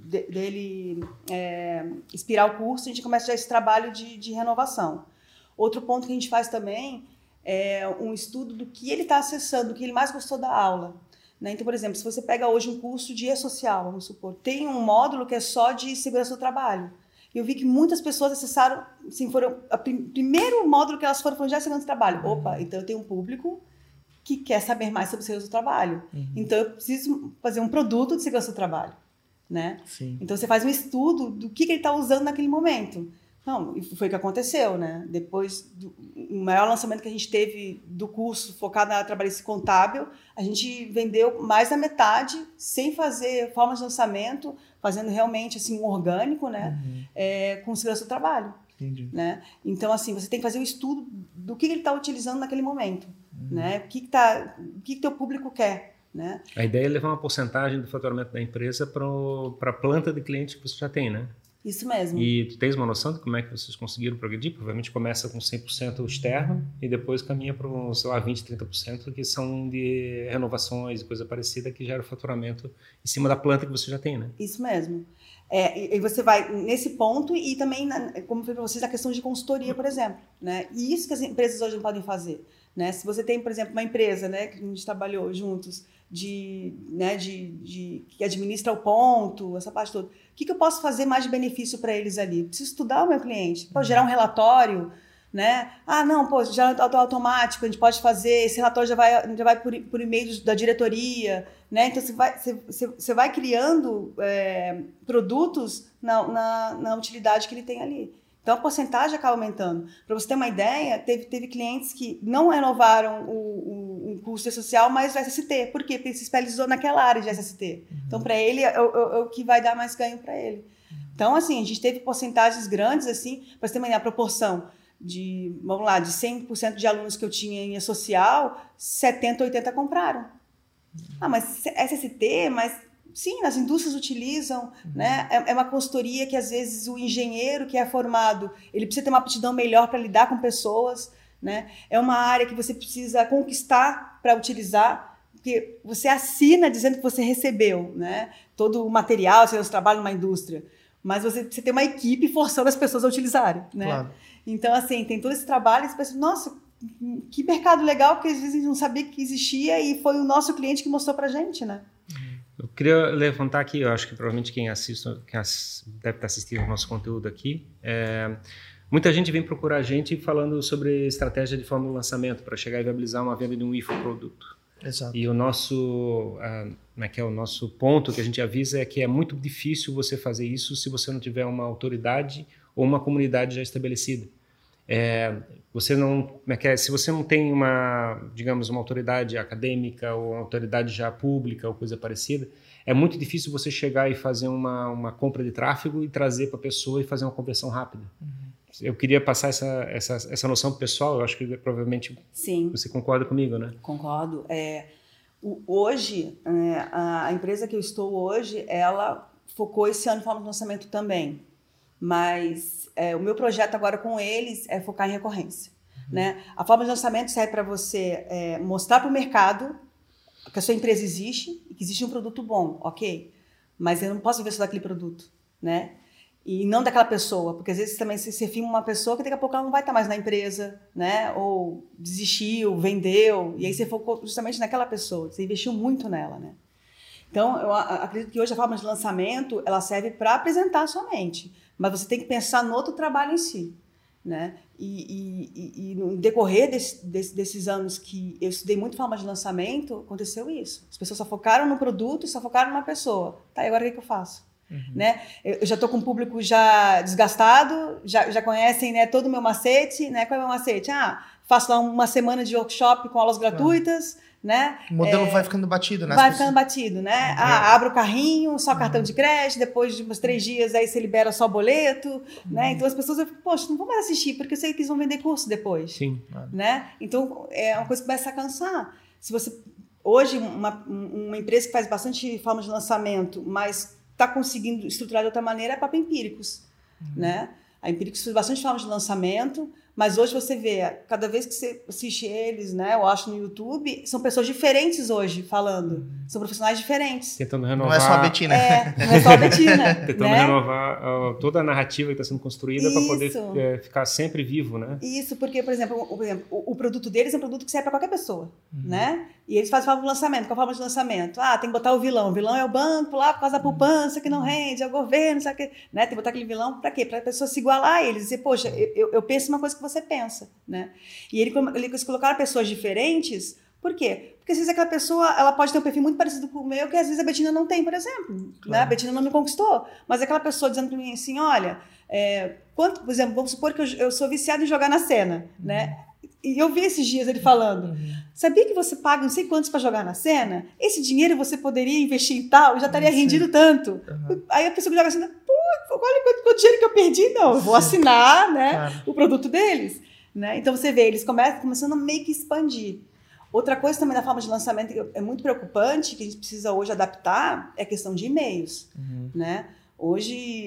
dele expirar o curso, a gente começa já esse trabalho de renovação. Outro ponto que a gente faz também é um estudo do que ele está acessando, do que ele mais gostou da aula. Né? Então, por exemplo, se você pega hoje um curso de E-Social, vamos supor, tem um módulo que é só de segurança do trabalho. Eu vi que muitas pessoas acessaram, assim, o primeiro módulo que elas foram já segurança do trabalho. Opa, então eu tenho um público que quer saber mais sobre segurança do trabalho. Então, eu preciso fazer um produto de segurança do trabalho. Né? Sim. Então, você faz um estudo do que ele está usando naquele momento. Não, e foi o que aconteceu. Né? Depois, o maior lançamento que a gente teve do curso focado na trabalhista contábil, a gente vendeu mais da metade, sem fazer formas de lançamento, fazendo realmente assim, um orgânico, né? Com segurança do trabalho. Entendi. Né? Então, assim, você tem que fazer um estudo do que ele está utilizando naquele momento. Né? O que teu público quer. Né? A ideia é levar uma porcentagem do faturamento da empresa para a planta de clientes que você já tem, né? Isso mesmo. E tu tens uma noção de como é que vocês conseguiram progredir? Provavelmente começa com 100% externo e depois caminha para, sei lá, 20%, 30% que são de renovações e coisa parecida que gera o faturamento em cima da planta que você já tem, né? Isso mesmo. E você vai nesse ponto e também, como eu falei para vocês, a questão de consultoria, por exemplo. Né? E isso que as empresas hoje não podem fazer. Né? Se você tem, por exemplo, uma empresa, né, que a gente trabalhou juntos, que administra o ponto, essa parte toda, o que eu posso fazer mais de benefício para eles ali? Eu preciso estudar o meu cliente, gerar um relatório, né? Já automático, a gente pode fazer, esse relatório já vai por e-mail da diretoria, né? Então você vai criando produtos na utilidade que ele tem ali. Então, a porcentagem acaba aumentando. Para você ter uma ideia, teve clientes que não renovaram o curso social, mas o SST. Por quê? Porque ele se especializou naquela área de SST. Então, para ele, é o que vai dar mais ganho para ele. Então, assim, a gente teve porcentagens grandes, assim, para você ter uma ideia, a proporção de 100% de alunos que eu tinha em social, 70, 80 compraram. Mas SST, sim, as indústrias utilizam, né? É uma consultoria que, às vezes, o engenheiro que é formado, ele precisa ter uma aptidão melhor para lidar com pessoas, né? É uma área que você precisa conquistar para utilizar, porque você assina dizendo que você recebeu, né? Todo o material, você trabalha numa indústria, mas você precisa ter uma equipe forçando as pessoas a utilizarem, né? Claro. Então, assim, tem todo esse trabalho e você pensa, nossa, que mercado legal, porque às vezes a gente não sabia que existia e foi o nosso cliente que mostrou para a gente, né? Eu queria levantar aqui, eu acho que provavelmente quem deve estar assistindo o nosso conteúdo aqui, muita gente vem procurar a gente falando sobre estratégia de forma de lançamento para chegar e viabilizar uma venda de um infoproduto. Exato. E o nosso ponto que a gente avisa é que é muito difícil você fazer isso se você não tiver uma autoridade ou uma comunidade já estabelecida. Se você não tem uma autoridade acadêmica ou uma autoridade já pública ou coisa parecida, é muito difícil você chegar e fazer uma compra de tráfego e trazer para a pessoa e fazer uma conversão rápida. Eu queria passar essa noção para o pessoal, eu acho que provavelmente Sim. Você concorda comigo, né? Concordo. Hoje, a empresa que eu estou hoje, ela focou esse ano em forma de lançamento também. Mas o meu projeto agora com eles é focar em recorrência. Né? A forma de lançamento serve para você mostrar para o mercado que a sua empresa existe e que existe um produto bom, ok? Mas eu não posso viver só daquele produto, né? E não daquela pessoa, porque às vezes também você filma uma pessoa que daqui a pouco ela não vai estar mais na empresa, né? Ou desistiu, vendeu, e aí você focou justamente naquela pessoa, você investiu muito nela, né? Então, eu acredito que hoje a forma de lançamento ela serve para apresentar somente. mas você tem que pensar no outro trabalho em si, né? E no decorrer desses anos que eu estudei muito forma de lançamento, aconteceu isso. As pessoas só focaram no produto e só focaram numa pessoa. Tá, e agora o que eu faço? Né? Eu já estou com um público já desgastado, já conhecem, né, todo o meu macete. Né? Qual é o meu macete? Faço lá uma semana de workshop com aulas gratuitas. Né? O modelo vai ficando batido, né? Vai ficando batido, né? Abre o carrinho, só cartão de crédito, depois de uns 3 dias aí você libera só boleto, né? Então as pessoas, poxa, não vou mais assistir, porque eu sei que eles vão vender curso depois. Sim. Né? Então é uma coisa que começa a cansar. Se você, hoje, uma empresa que faz bastante forma de lançamento, mas está conseguindo estruturar de outra maneira, é a Papo Empíricos, né? A Empíricos faz bastante forma de lançamento, mas hoje você vê, cada vez que você assiste eles, né, eu acho no YouTube, são pessoas diferentes hoje falando. São profissionais diferentes. Tentando renovar. Não é só a Betina. Não é só a Betina. Tentando né? renovar toda a narrativa que está sendo construída para poder ficar sempre vivo, né? Isso, porque, por exemplo, o produto deles é um produto que serve para qualquer pessoa, né? E eles fazem forma de lançamento. Qual a forma de lançamento? Tem que botar o vilão. O vilão é o banco lá por causa da poupança que não rende, é o governo, sabe o que? Né? Tem que botar aquele vilão para quê? Para a pessoa se igualar a eles. Dizer, poxa, eu penso uma coisa que você pensa, né? E eles colocaram pessoas diferentes. Por quê? Porque às vezes aquela pessoa ela pode ter um perfil muito parecido com o meu, que às vezes a Betina não tem, por exemplo. Claro. Né? A Betina não me conquistou. Mas aquela pessoa dizendo para mim assim, olha, por exemplo, vamos supor que eu sou viciada em jogar na Cena, né? E eu vi esses dias ele falando, sabia que você paga não sei quantos para jogar na Cena? Esse dinheiro você poderia investir em tal, já estaria rendido tanto. Aí a pessoa que joga na Cena, pô, olha quanto dinheiro que eu perdi. Não, eu vou assinar, né, o produto deles. Né? Então você vê, eles começando a meio que expandir. Outra coisa também da forma de lançamento que é muito preocupante, que a gente precisa hoje adaptar, é a questão de e-mails. Né? Hoje,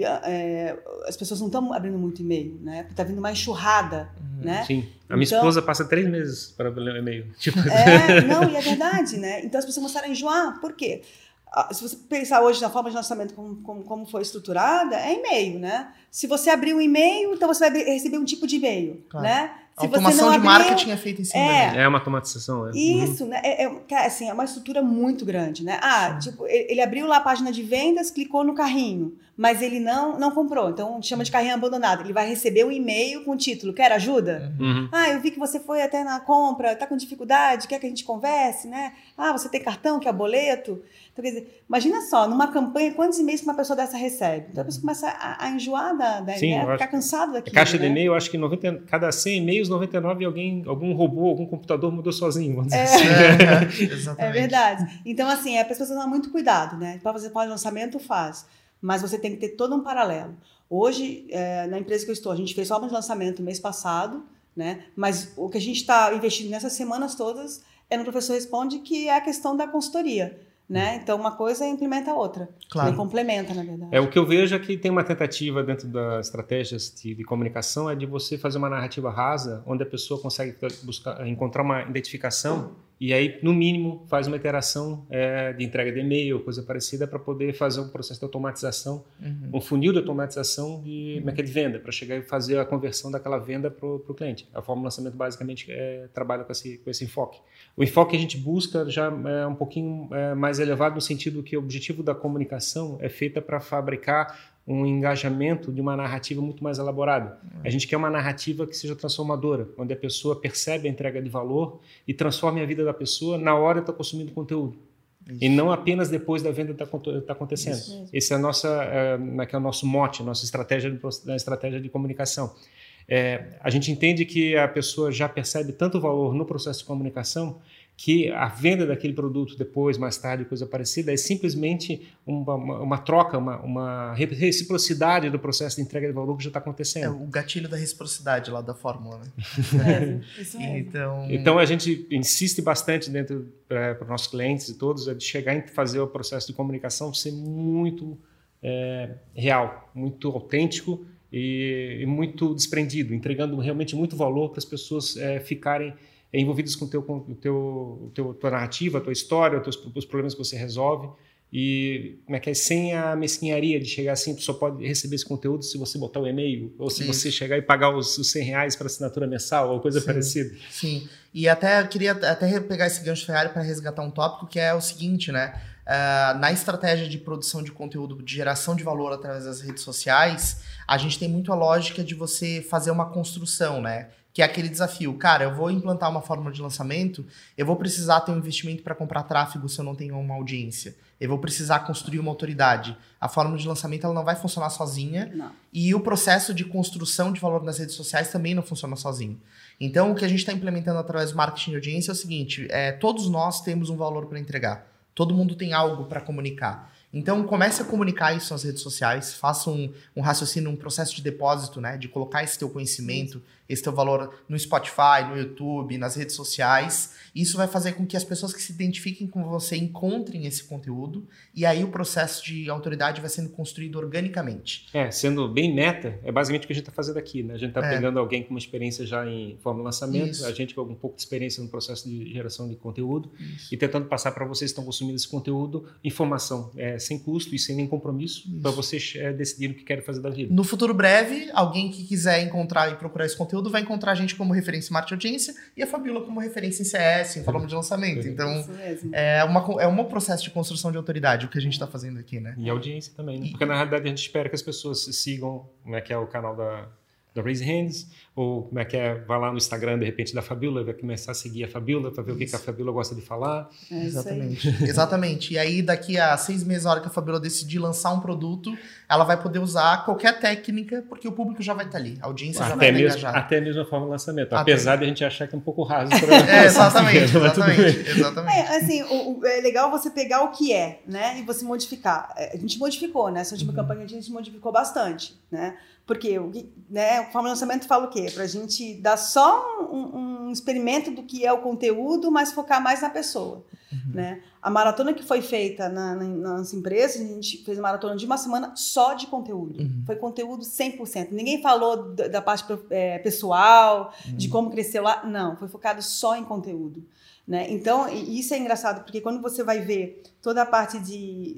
as pessoas não estão abrindo muito e-mail, né? Porque está vindo uma enxurrada, né? Sim. A minha esposa passa 3 meses para ler o e-mail. Tipo... Não, e é verdade, né? Então as pessoas começaram a enjoar. Por quê? Se você pensar hoje na forma de lançamento como foi estruturada, é e-mail, né? Se você abrir um e-mail, então você vai receber um tipo de e-mail, claro. Né? A automação de marketing é feita em cima dele. É uma automatização. Isso, né? Assim, é uma estrutura muito grande, né? Tipo, ele abriu lá a página de vendas, clicou no carrinho, mas ele não comprou. Então, chama de carrinho abandonado. Ele vai receber um e-mail com o título, quer ajuda? Eu vi que você foi até na compra, tá com dificuldade, quer que a gente converse, né? Você tem cartão, quer boleto? Então, quer dizer, imagina só, numa campanha, quantos e-mails que uma pessoa dessa recebe? Então, a pessoa começa a enjoar da ideia, ficar cansado daquilo. A caixa de e-mail, eu acho que cada 100 e-mails, 99 algum robô, algum computador mudou sozinho, vamos dizer assim. Exatamente. É verdade. Então, assim, a pessoa tem que tomar muito cuidado, né? Para fazer pós-lançamento, faz. Mas você tem que ter todo um paralelo. Hoje, na empresa que eu estou, a gente fez só um lançamento mês passado, né? Mas o que a gente está investindo nessas semanas todas é no Professor Responde, que é a questão da consultoria. Né? Então, uma coisa implementa a outra. Claro. Complementa, na verdade. O que eu vejo é que tem uma tentativa dentro das estratégias de comunicação é de você fazer uma narrativa rasa, onde a pessoa consegue encontrar uma identificação e aí, no mínimo, faz uma iteração de entrega de e-mail, coisa parecida, para poder fazer um processo de automatização, um funil de automatização de venda, para chegar e fazer a conversão daquela venda para o cliente. A forma de lançamento, basicamente, trabalha com esse enfoque. O enfoque que a gente busca já é um pouquinho mais elevado, no sentido que o objetivo da comunicação é feita para fabricar um engajamento de uma narrativa muito mais elaborada. A gente quer uma narrativa que seja transformadora, onde a pessoa percebe a entrega de valor e transforme a vida da pessoa na hora de estar consumindo conteúdo. Isso. E não apenas depois da venda está acontecendo. Esse é o nosso mote, a nossa estratégia de comunicação. A gente entende que a pessoa já percebe tanto valor no processo de comunicação que a venda daquele produto depois, mais tarde, coisa parecida, é simplesmente uma troca, uma reciprocidade do processo de entrega de valor que já está acontecendo. É o gatilho da reciprocidade lá da fórmula, né? Isso mesmo. Então a gente insiste bastante dentro para os nossos clientes e todos de chegar e fazer o processo de comunicação ser muito real, muito autêntico e muito desprendido, entregando realmente muito valor para as pessoas ficarem envolvidos com tua narrativa, a tua história, os problemas que você resolve e sem a mesquinharia de chegar assim, tu só pode receber esse conteúdo se você botar o e-mail ou se você chegar e pagar os R$100 para assinatura mensal ou coisa parecida. Sim, e queria pegar esse gancho Ferrari para resgatar um tópico que é o seguinte, né? na estratégia de produção de conteúdo, de geração de valor através das redes sociais, a gente tem muito a lógica de você fazer uma construção, né? Que é aquele desafio. Cara, eu vou implantar uma fórmula de lançamento, eu vou precisar ter um investimento para comprar tráfego se eu não tenho uma audiência. Eu vou precisar construir uma autoridade. A fórmula de lançamento ela não vai funcionar sozinha. Não. E o processo de construção de valor nas redes sociais também não funciona sozinho. Então, o que a gente está implementando através do marketing de audiência é o seguinte, todos nós temos um valor para entregar. Todo mundo tem algo para comunicar. Então, comece a comunicar isso nas redes sociais, faça um raciocínio, um processo de depósito, né? De colocar esse teu conhecimento, esse teu valor no Spotify, no YouTube, nas redes sociais. Isso vai fazer com que as pessoas que se identifiquem com você encontrem esse conteúdo e aí o processo de autoridade vai sendo construído organicamente. Sendo bem meta, é basicamente o que a gente está fazendo aqui, né? A gente está pegando alguém com uma experiência já em forma de lançamento, Isso. a gente com um pouco de experiência no processo de geração de conteúdo e tentando passar para vocês que estão consumindo esse conteúdo informação, sem custo e sem nem compromisso, para vocês decidirem o que querem fazer da vida. No futuro breve, alguém que quiser encontrar e procurar esse conteúdo vai encontrar a gente como referência em marketing audiência e a Fabiola como referência em CS, em fórmula de lançamento. Então, é um processo de construção de autoridade, o que a gente está fazendo aqui, né? E audiência também, né? Porque na realidade a gente espera que as pessoas sigam, como é que é o canal da Raise Hands, ou como é que é, vai lá no Instagram, de repente, da Fabiola, vai começar a seguir a Fabiola para ver o que a Fabiola gosta de falar. Exatamente. Exatamente. E aí, daqui a 6 meses, a hora que a Fabiola decidir lançar um produto, ela vai poder usar qualquer técnica, porque o público já vai estar ali, a audiência já vai estar engajada. Até mesmo a forma de lançamento, apesar de a gente achar que é um pouco raso. Exatamente. Assim, é legal você pegar o que é, né, e você modificar. A gente modificou, né, essa última campanha a gente modificou bastante, né, porque né, o forma de lançamento fala o quê? Pra gente dar só um experimento do que é o conteúdo, mas focar mais na pessoa, né? A maratona que foi feita nas empresas, a gente fez uma maratona de uma semana só de conteúdo. Foi conteúdo 100%. Ninguém falou da parte pessoal, de como cresceu lá. Não, foi focado só em conteúdo, né? Então, isso é engraçado, porque quando você vai ver toda a parte de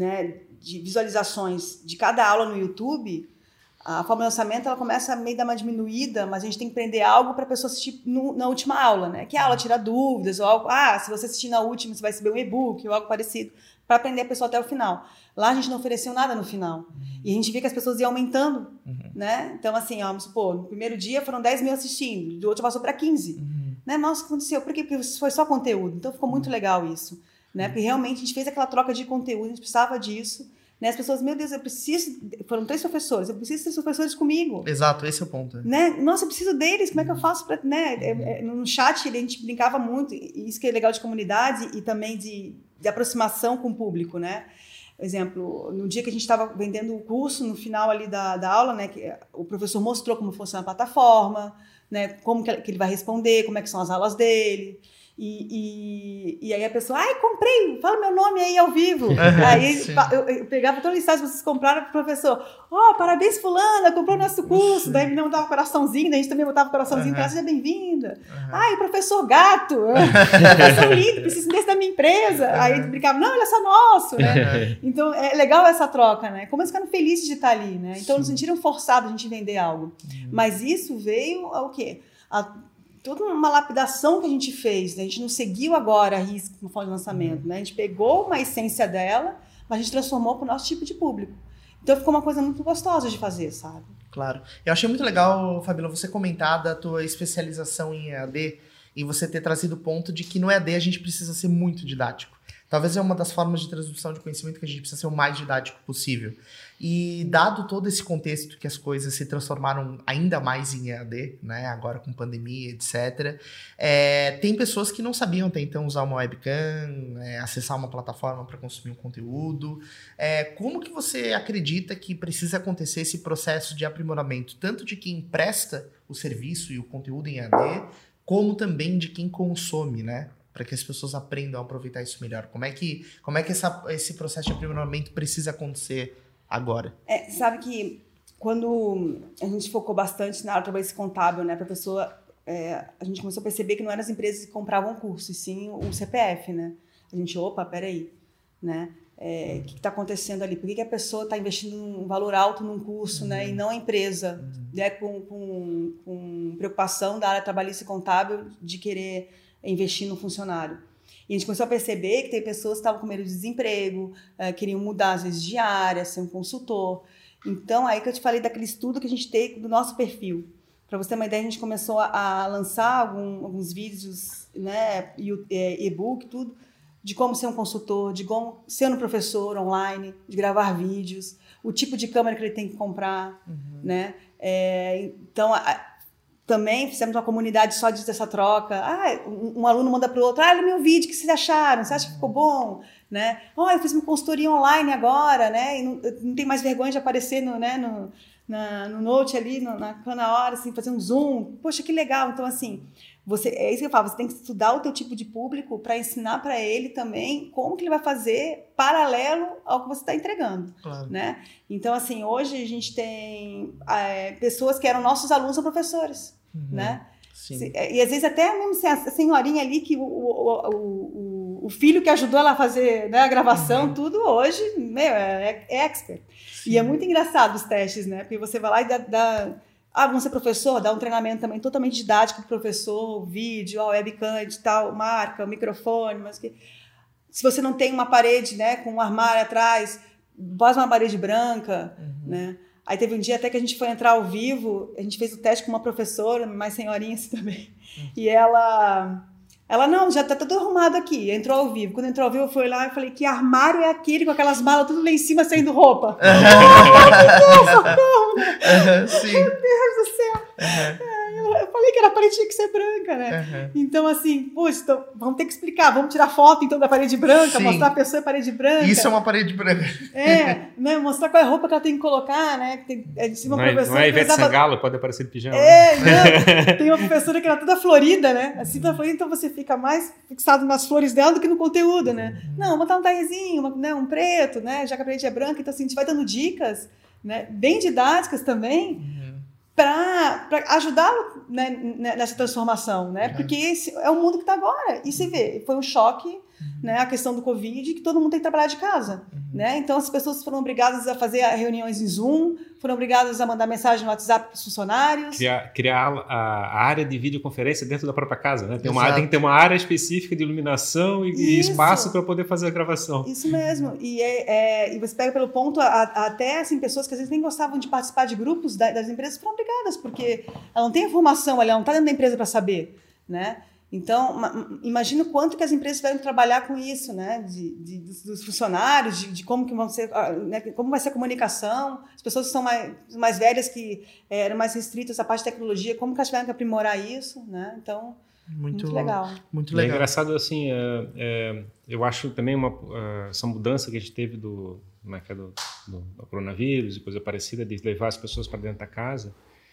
visualizações de cada aula no YouTube, a forma de lançamento ela começa a meio dar uma diminuída, mas a gente tem que aprender algo para a pessoa assistir na última aula, né? Que a aula tira dúvidas, ou algo, se você assistir na última, você vai receber um e-book, ou algo parecido, para aprender a pessoa até o final. Lá a gente não ofereceu nada no final. E a gente vê que as pessoas iam aumentando, né? Então, assim, vamos supor, no primeiro dia foram 10 mil assistindo, do outro passou para 15. Né? Nossa, o que aconteceu? Por quê? Porque foi só conteúdo. Então, ficou muito legal isso, né? Porque realmente a gente fez aquela troca de conteúdo, a gente precisava disso. Né? As pessoas, meu Deus, eu preciso... Foram 3 professores, eu preciso ter professores comigo. Exato, esse é o ponto. Né? Nossa, eu preciso deles, como é que eu faço para... Né? No chat a gente brincava muito, e isso que é legal de comunidade e também de aproximação com o público, né? Por exemplo, no dia que a gente estava vendendo o curso, no final ali da aula, né, que o professor mostrou como funciona a plataforma, né, como que ele vai responder, como é que são as aulas dele... E aí a pessoa, comprei, fala meu nome aí ao vivo. Aí eu pegava toda a listagem, vocês compraram pro professor. Parabéns fulana, comprou o nosso curso. Daí me botava coraçãozinho, daí a gente também botava coraçãozinho para seja bem-vinda. Professor gato, professor lindo, preciso desse da minha empresa. Aí ele brincava, não, ele é só nosso, né? Então é legal essa troca, né? Como eles ficaram felizes de estar ali, né? Então não se sentiram forçados a gente vender algo. Mas isso veio ao quê? Toda uma lapidação que a gente fez, né? A gente não seguiu agora a risca no forma de lançamento, né? A gente pegou uma essência dela, mas a gente transformou para o nosso tipo de público. Então ficou uma coisa muito gostosa de fazer, sabe? Claro. Eu achei muito legal, Fabiola, você comentar da tua especialização em EAD e você ter trazido o ponto de que no EAD a gente precisa ser muito didático. Talvez é uma das formas de transmissão de conhecimento que a gente precisa ser o mais didático possível. E dado todo esse contexto que as coisas se transformaram ainda mais em EAD, né, agora com pandemia, etc., tem pessoas que não sabiam até então usar uma webcam, acessar uma plataforma para consumir um conteúdo. Como que você acredita que precisa acontecer esse processo de aprimoramento, tanto de quem presta o serviço e o conteúdo em EAD, como também de quem consome, né? Para que as pessoas aprendam a aproveitar isso melhor. Como é que esse processo de aprimoramento precisa acontecer agora? Sabe que quando a gente focou bastante na trabalho contábil, né, para a pessoa, a gente começou a perceber que não eram as empresas que compravam curso, e sim o CPF, né? A gente, peraí, né? O que está acontecendo ali? Por que a pessoa está investindo um valor alto num curso, né, e não a empresa, né, com preocupação da área trabalhista e contábil de querer investir no funcionário? E a gente começou a perceber que tem pessoas que estavam com medo de desemprego, queriam mudar, às vezes, de área, ser um consultor. Então, aí que eu te falei daquele estudo que a gente tem do nosso perfil. Para você ter uma ideia, a gente começou a lançar alguns vídeos, né, e-book, tudo, de como ser um consultor, de como ser um professor online, de gravar vídeos, o tipo de câmera que ele tem que comprar, né? Então, também fizemos uma comunidade só dessa troca. Um aluno manda para o outro, olha o meu vídeo, o que vocês acharam? Você acha que ficou bom? Né? Eu fiz uma consultoria online agora, né? E não tem mais vergonha de aparecer no Note ali, na hora, assim, fazer um zoom. Poxa, que legal. Então, assim, é isso que eu falo, você tem que estudar o teu tipo de público para ensinar para ele também como que ele vai fazer paralelo ao que você está entregando. Claro. Né? Então, assim, hoje a gente tem pessoas que eram nossos alunos, são professores, né? Sim. E às vezes até mesmo a senhorinha ali que o filho que ajudou ela a fazer, né, a gravação, tudo hoje, é expert. Sim. E é muito engraçado os testes, né? Porque você vai lá e vamos ser professor, dá um treinamento também totalmente didático para o professor, vídeo, webcam e tal, marca, o microfone, mas que... Se você não tem uma parede, né, com um armário atrás, faz uma parede branca, né? Aí teve um dia até que a gente foi entrar ao vivo, a gente fez o teste com uma professora, mais senhorinha assim também, e ela não, já tá tudo arrumado aqui, entrou ao vivo. Quando entrou ao vivo, eu fui lá e falei, que armário é aquele com aquelas malas tudo lá em cima saindo roupa? Meu Deus, socorro, né? Sim. Meu Deus do céu. Eu falei que a parede tinha que ser branca, né? Então, assim, poxa, então, vamos ter que explicar, vamos tirar foto então da parede branca, sim, mostrar a pessoa a parede branca. Isso é uma parede branca. Né? Mostrar qual é a roupa que ela tem que colocar, né? Não é Ivete Sangalo, pode aparecer de pijama. Não, tem uma professora que era toda florida, né? Assim, toda florida, então você fica mais fixado nas flores dela do que no conteúdo, né? Não, botar um tarezinho, um preto, né? Já que a parede é branca, então assim, a gente vai dando dicas, né? Bem didáticas também, para ajudá-lo, né, nessa transformação, né? Porque esse é o mundo que está agora. E você vê, foi um choque, né, a questão do Covid, que todo mundo tem que trabalhar de casa, né? Então as pessoas foram obrigadas a fazer reuniões em Zoom, foram obrigadas a mandar mensagem no WhatsApp para os funcionários. Criar a área de videoconferência dentro da própria casa, né? Tem que ter uma área específica de iluminação e espaço para poder fazer a gravação. Isso mesmo. E você pega pelo ponto, até assim, pessoas que às vezes nem gostavam de participar de grupos das empresas foram obrigadas, porque ela não tem a formação, ela não está dentro da empresa para saber, né? Então, imagina o quanto que as empresas tiveram que trabalhar com isso, né? Dos funcionários, de como que vão ser, né? Como vai ser a comunicação. As pessoas que são mais velhas, que eram mais restritas à parte de tecnologia, como que elas tiveram que aprimorar isso, né? Então, muito legal. Muito legal. É engraçado, assim, eu acho também essa mudança que a gente teve do coronavírus e coisa parecida, de levar as pessoas para dentro da casa,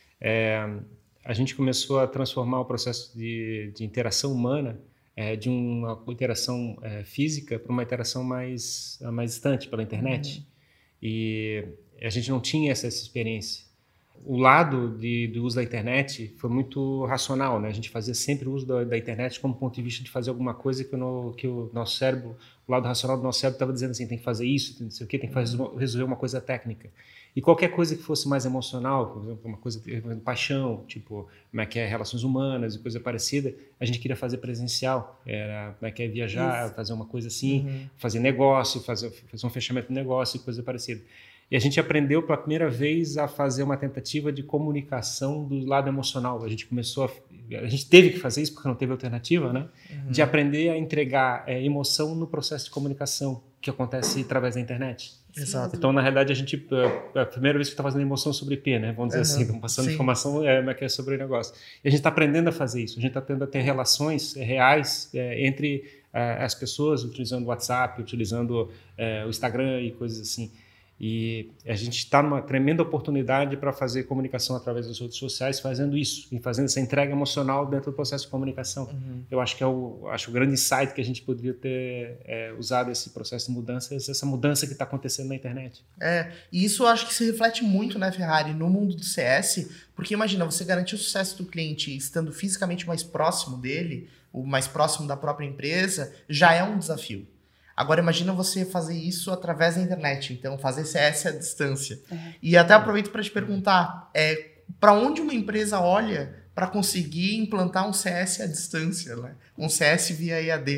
a gente começou a transformar o processo de interação humana de uma interação física para uma interação mais distante, pela internet. E a gente não tinha essa experiência. O lado do uso da internet foi muito racional, né? A gente fazia sempre o uso da internet como ponto de vista de fazer alguma coisa que o nosso cérebro, o lado racional do nosso cérebro estava dizendo assim, tem que fazer isso, não sei o quê, tem que resolver uma coisa técnica. E qualquer coisa que fosse mais emocional, por exemplo, uma coisa de paixão, tipo, como é que é relações humanas e coisa parecida, a gente queria fazer presencial. Era como é que é viajar, fazer uma coisa assim, fazer negócio, fazer um fechamento de negócio e coisa parecida. E a gente aprendeu pela primeira vez a fazer uma tentativa de comunicação do lado emocional. A gente teve que fazer isso porque não teve alternativa, né? De aprender a entregar emoção no processo de comunicação que acontece através da internet. Exato. Então, na realidade, a primeira vez que está fazendo emoção sobre IP, né? Vamos dizer assim, estamos passando informação sobre o negócio. E a gente está aprendendo a fazer isso. A gente está aprendendo a ter relações reais entre as pessoas, utilizando o WhatsApp, utilizando o Instagram e coisas assim. E a gente está numa tremenda oportunidade para fazer comunicação através das redes sociais, fazendo isso, e fazendo essa entrega emocional dentro do processo de comunicação. Eu acho que o grande insight que a gente poderia ter usado esse processo de mudança, essa mudança que está acontecendo na internet. E isso eu acho que se reflete muito, né, Ferrari, no mundo do CS, porque imagina, você garantir o sucesso do cliente estando fisicamente mais próximo dele, ou mais próximo da própria empresa, já é um desafio. Agora, imagina você fazer isso através da internet, então fazer CS à distância. E até aproveito para te perguntar, para onde uma empresa olha para conseguir implantar um CS à distância, né? Um CS via EAD?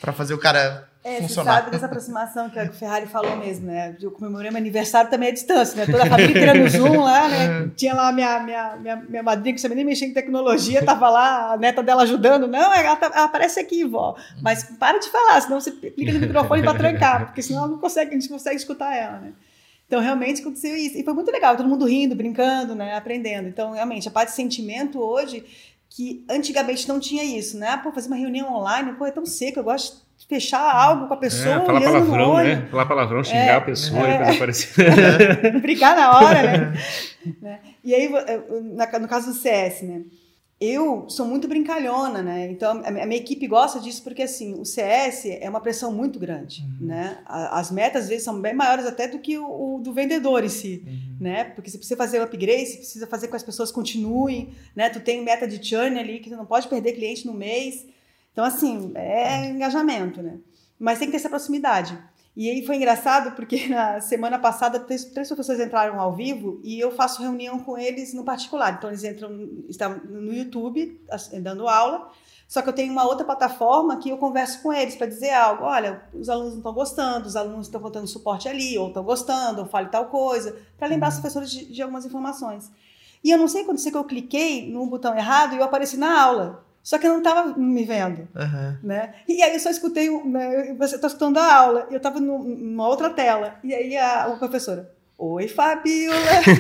Para fazer o cara funcionar. Você sabe dessa aproximação que a Ferrari falou mesmo, né? Eu comemorei meu aniversário também à distância, né? Toda a família inteira no Zoom lá, né? Tinha lá minha madrinha, que sabia nem mexer em tecnologia, tava lá, a neta dela ajudando. Não, ela aparece aqui, vó. Mas para de falar, senão você clica no microfone para trancar, porque senão a gente não consegue escutar ela, né? Então, realmente aconteceu isso. E foi muito legal, todo mundo rindo, brincando, né? Aprendendo. Então, realmente, a parte de sentimento hoje, que antigamente não tinha isso, né? Pô, fazer uma reunião online, pô, é tão seco, eu gosto de fechar algo com a pessoa, falar olhando palavrão, no olho. né? Falar palavrão, xingar a pessoa e coisa parecida. Brigar na hora, né? E aí, no caso do CS, né? Eu sou muito brincalhona, né? Então, a minha equipe gosta disso porque, assim, o CS é uma pressão muito grande, né? As metas, às vezes, são bem maiores até do que o do vendedor em si, né? Porque você precisa fazer o upgrade, você precisa fazer com que as pessoas continuem, né? Tu tem meta de churn ali, que tu não pode perder cliente no mês. Então, assim, é engajamento, né? Mas tem que ter essa proximidade. E aí foi engraçado porque na semana passada três professores entraram ao vivo e eu faço reunião com eles no particular. Então eles estão no YouTube dando aula, só que eu tenho uma outra plataforma que eu converso com eles para dizer algo. Olha, os alunos não estão gostando, os alunos estão faltando suporte ali, ou estão gostando, ou fale tal coisa, para lembrar os professores de algumas informações. E eu não sei quando que eu cliquei no botão errado e eu apareci na aula. Só que eu não estava me vendo, né? E aí eu só escutei, né, você está escutando a aula, e eu estava numa outra tela. E aí a professora, oi, Fabíola.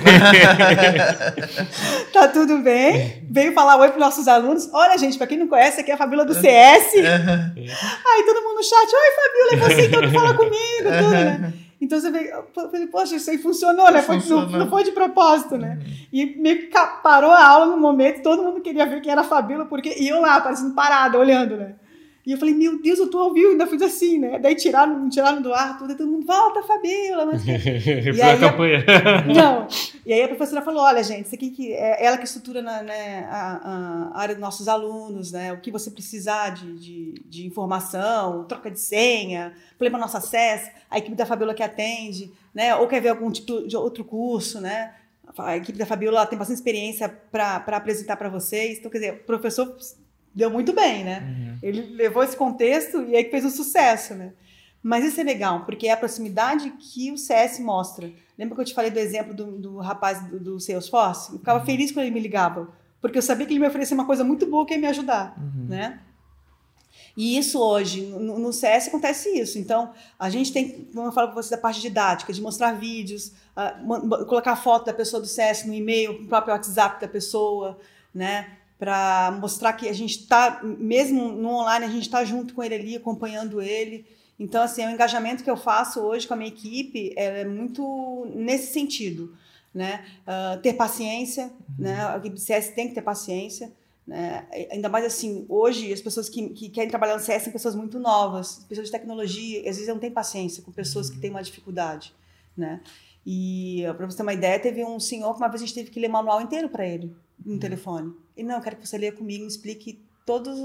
Tá tudo bem? Veio falar oi para os nossos alunos. Olha, gente, para quem não conhece, aqui é a Fabíola do CS. Aí todo mundo no chat, oi, Fabíola, é você então que fala comigo, tudo, né? Então você vê, eu falei, poxa, isso aí funcionou, né? Não foi de propósito, né? E meio que parou a aula no momento, todo mundo queria ver quem era a Fabíola, porque iam lá, parecendo parada, olhando, né? E eu falei, meu Deus, eu tô ao vivo, ainda fiz assim, né? Daí tiraram do ar, tudo, e todo mundo, volta, Fabíola. Mas... e aí a campanha. Não. E aí a professora falou, olha, gente, isso aqui é ela que estrutura a área dos nossos alunos, né? O que você precisar de informação, troca de senha, problema no nosso acesso, a equipe da Fabíola que atende, né? Ou quer ver algum tipo de outro curso, né? A equipe da Fabíola tem bastante experiência para apresentar para vocês. Então, quer dizer, o professor deu muito bem, né? Ele levou esse contexto e aí fez um sucesso, né? Mas isso é legal, porque é a proximidade que o CS mostra. Lembra que eu te falei do exemplo do rapaz do Salesforce? Eu ficava feliz quando ele me ligava, porque eu sabia que ele me oferecia uma coisa muito boa que ia me ajudar, né? E isso hoje, no CS acontece isso. Então, a gente tem, como eu falo com você, da parte didática, de mostrar vídeos, colocar a foto da pessoa do CS no e-mail, no próprio WhatsApp da pessoa, né? Para mostrar que a gente está, mesmo no online, a gente está junto com ele ali, acompanhando ele. Então, assim, o engajamento que eu faço hoje com a minha equipe é muito nesse sentido, né? Ter paciência, né? A equipe de CS tem que ter paciência, né? Ainda mais assim, hoje as pessoas que querem trabalhar no CS são pessoas muito novas, pessoas de tecnologia, às vezes não têm paciência com pessoas que têm uma dificuldade, né? E para você ter uma ideia, teve um senhor que uma vez a gente teve que ler o manual inteiro para ele no telefone. E não, eu quero que você leia comigo e explique todos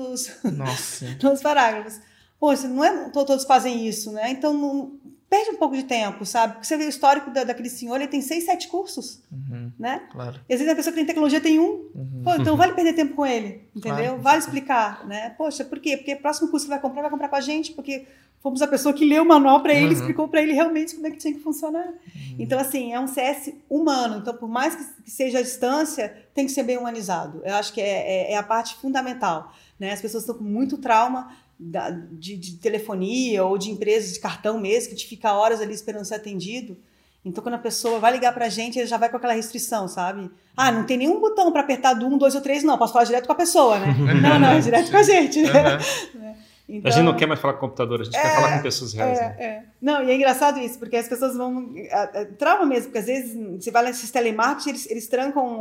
os parágrafos. Poxa, não é todos fazem isso, né? Então não, perde um pouco de tempo, sabe? Porque você vê o histórico daquele senhor, ele tem 6, 7 cursos, né? Claro. E às vezes a pessoa que tem tecnologia tem um. Pô, então vale perder tempo com ele, entendeu? Claro. Vale explicar, né? Poxa, por quê? Porque o próximo curso que vai comprar com a gente, porque fomos a pessoa que leu o manual para ele, explicou para ele realmente como é que tinha que funcionar. Então, assim, é um CS humano. Então, por mais que seja a distância, tem que ser bem humanizado. Eu acho que é a parte fundamental, né? As pessoas estão com muito trauma de telefonia ou de empresas de cartão mesmo, que a gente fica horas ali esperando ser atendido. Então, quando a pessoa vai ligar para a gente, ele já vai com aquela restrição, sabe? Ah, não tem nenhum botão para apertar do 1, 2 ou 3, não. Posso falar direto com a pessoa, né? Não, é direto com a gente, né? Então, a gente não quer mais falar com computador, a gente quer falar com pessoas reais. Né? Não, e é engraçado isso, porque as pessoas vão... trauma mesmo, porque às vezes você vai nesses telemarketing, eles trancam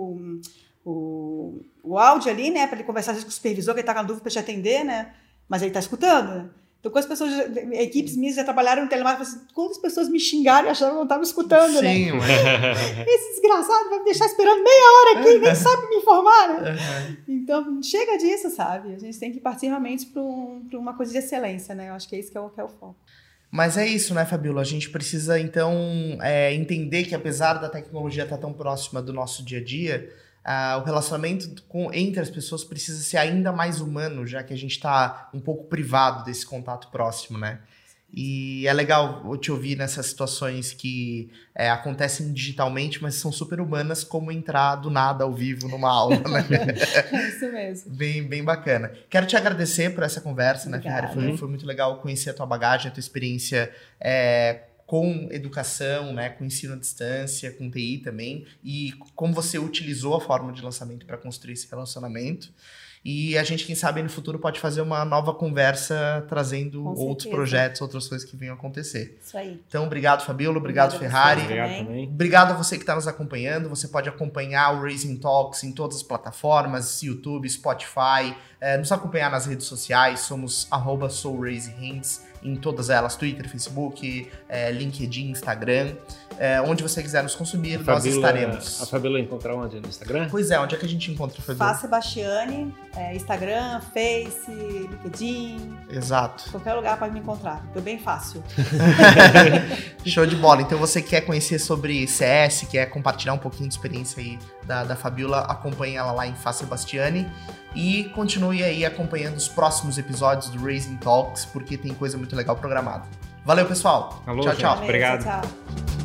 o áudio ali, né? Para ele conversar às vezes com o supervisor, que ele está com dúvida para te atender, né? Mas ele está escutando, né? Então, quando as pessoas, equipes minhas já trabalharam no telemarketing, assim, quantas pessoas me xingaram e acharam que eu não estava escutando, Sim, né? Esse desgraçado vai me deixar esperando meia hora aqui, nem sabe me informar, né? Então, chega disso, sabe? A gente tem que partir realmente para uma coisa de excelência, né? Eu acho que é isso que é o foco. Mas é isso, né, Fabíola? A gente precisa, então, entender que apesar da tecnologia estar tão próxima do nosso dia a dia, o relacionamento entre as pessoas precisa ser ainda mais humano, já que a gente está um pouco privado desse contato próximo, né? E é legal te ouvir nessas situações que acontecem digitalmente, mas são super humanas, como entrar do nada ao vivo numa aula, né? É isso mesmo. Bem bacana. Quero te agradecer por essa conversa, Obrigada. né, Ferrari? Foi muito legal conhecer a tua bagagem, a tua experiência com educação, né, com ensino à distância, com TI também, e como você utilizou a forma de lançamento para construir esse relacionamento. E a gente, quem sabe, no futuro pode fazer uma nova conversa trazendo outros projetos, outras coisas que venham acontecer. Isso aí. Então, obrigado, Fabíola. Obrigado, Ferrari. Obrigado também. Obrigado a você que está nos acompanhando. Você pode acompanhar o Raising Talks em todas as plataformas, YouTube, Spotify, nos acompanhar nas redes sociais. Somos @SoulRaisingHands em todas elas, Twitter, Facebook, LinkedIn, Instagram. Onde você quiser nos consumir, nós estaremos. A Fabíola encontra onde? No Instagram? Pois é, onde é que a gente encontra a Fabíola? Fá Sebastiani, Instagram, Face, LinkedIn. Exato. Qualquer lugar pode me encontrar. Foi bem fácil. Show de bola. Então você quer conhecer sobre CS, quer compartilhar um pouquinho de experiência aí da Fabíola, acompanhe ela lá em Fá Sebastiani. E continue aí acompanhando os próximos episódios do Raising Talks, porque tem coisa muito legal programada. Valeu, pessoal. Alô, tchau, gente. tchau. Obrigado. Tchau.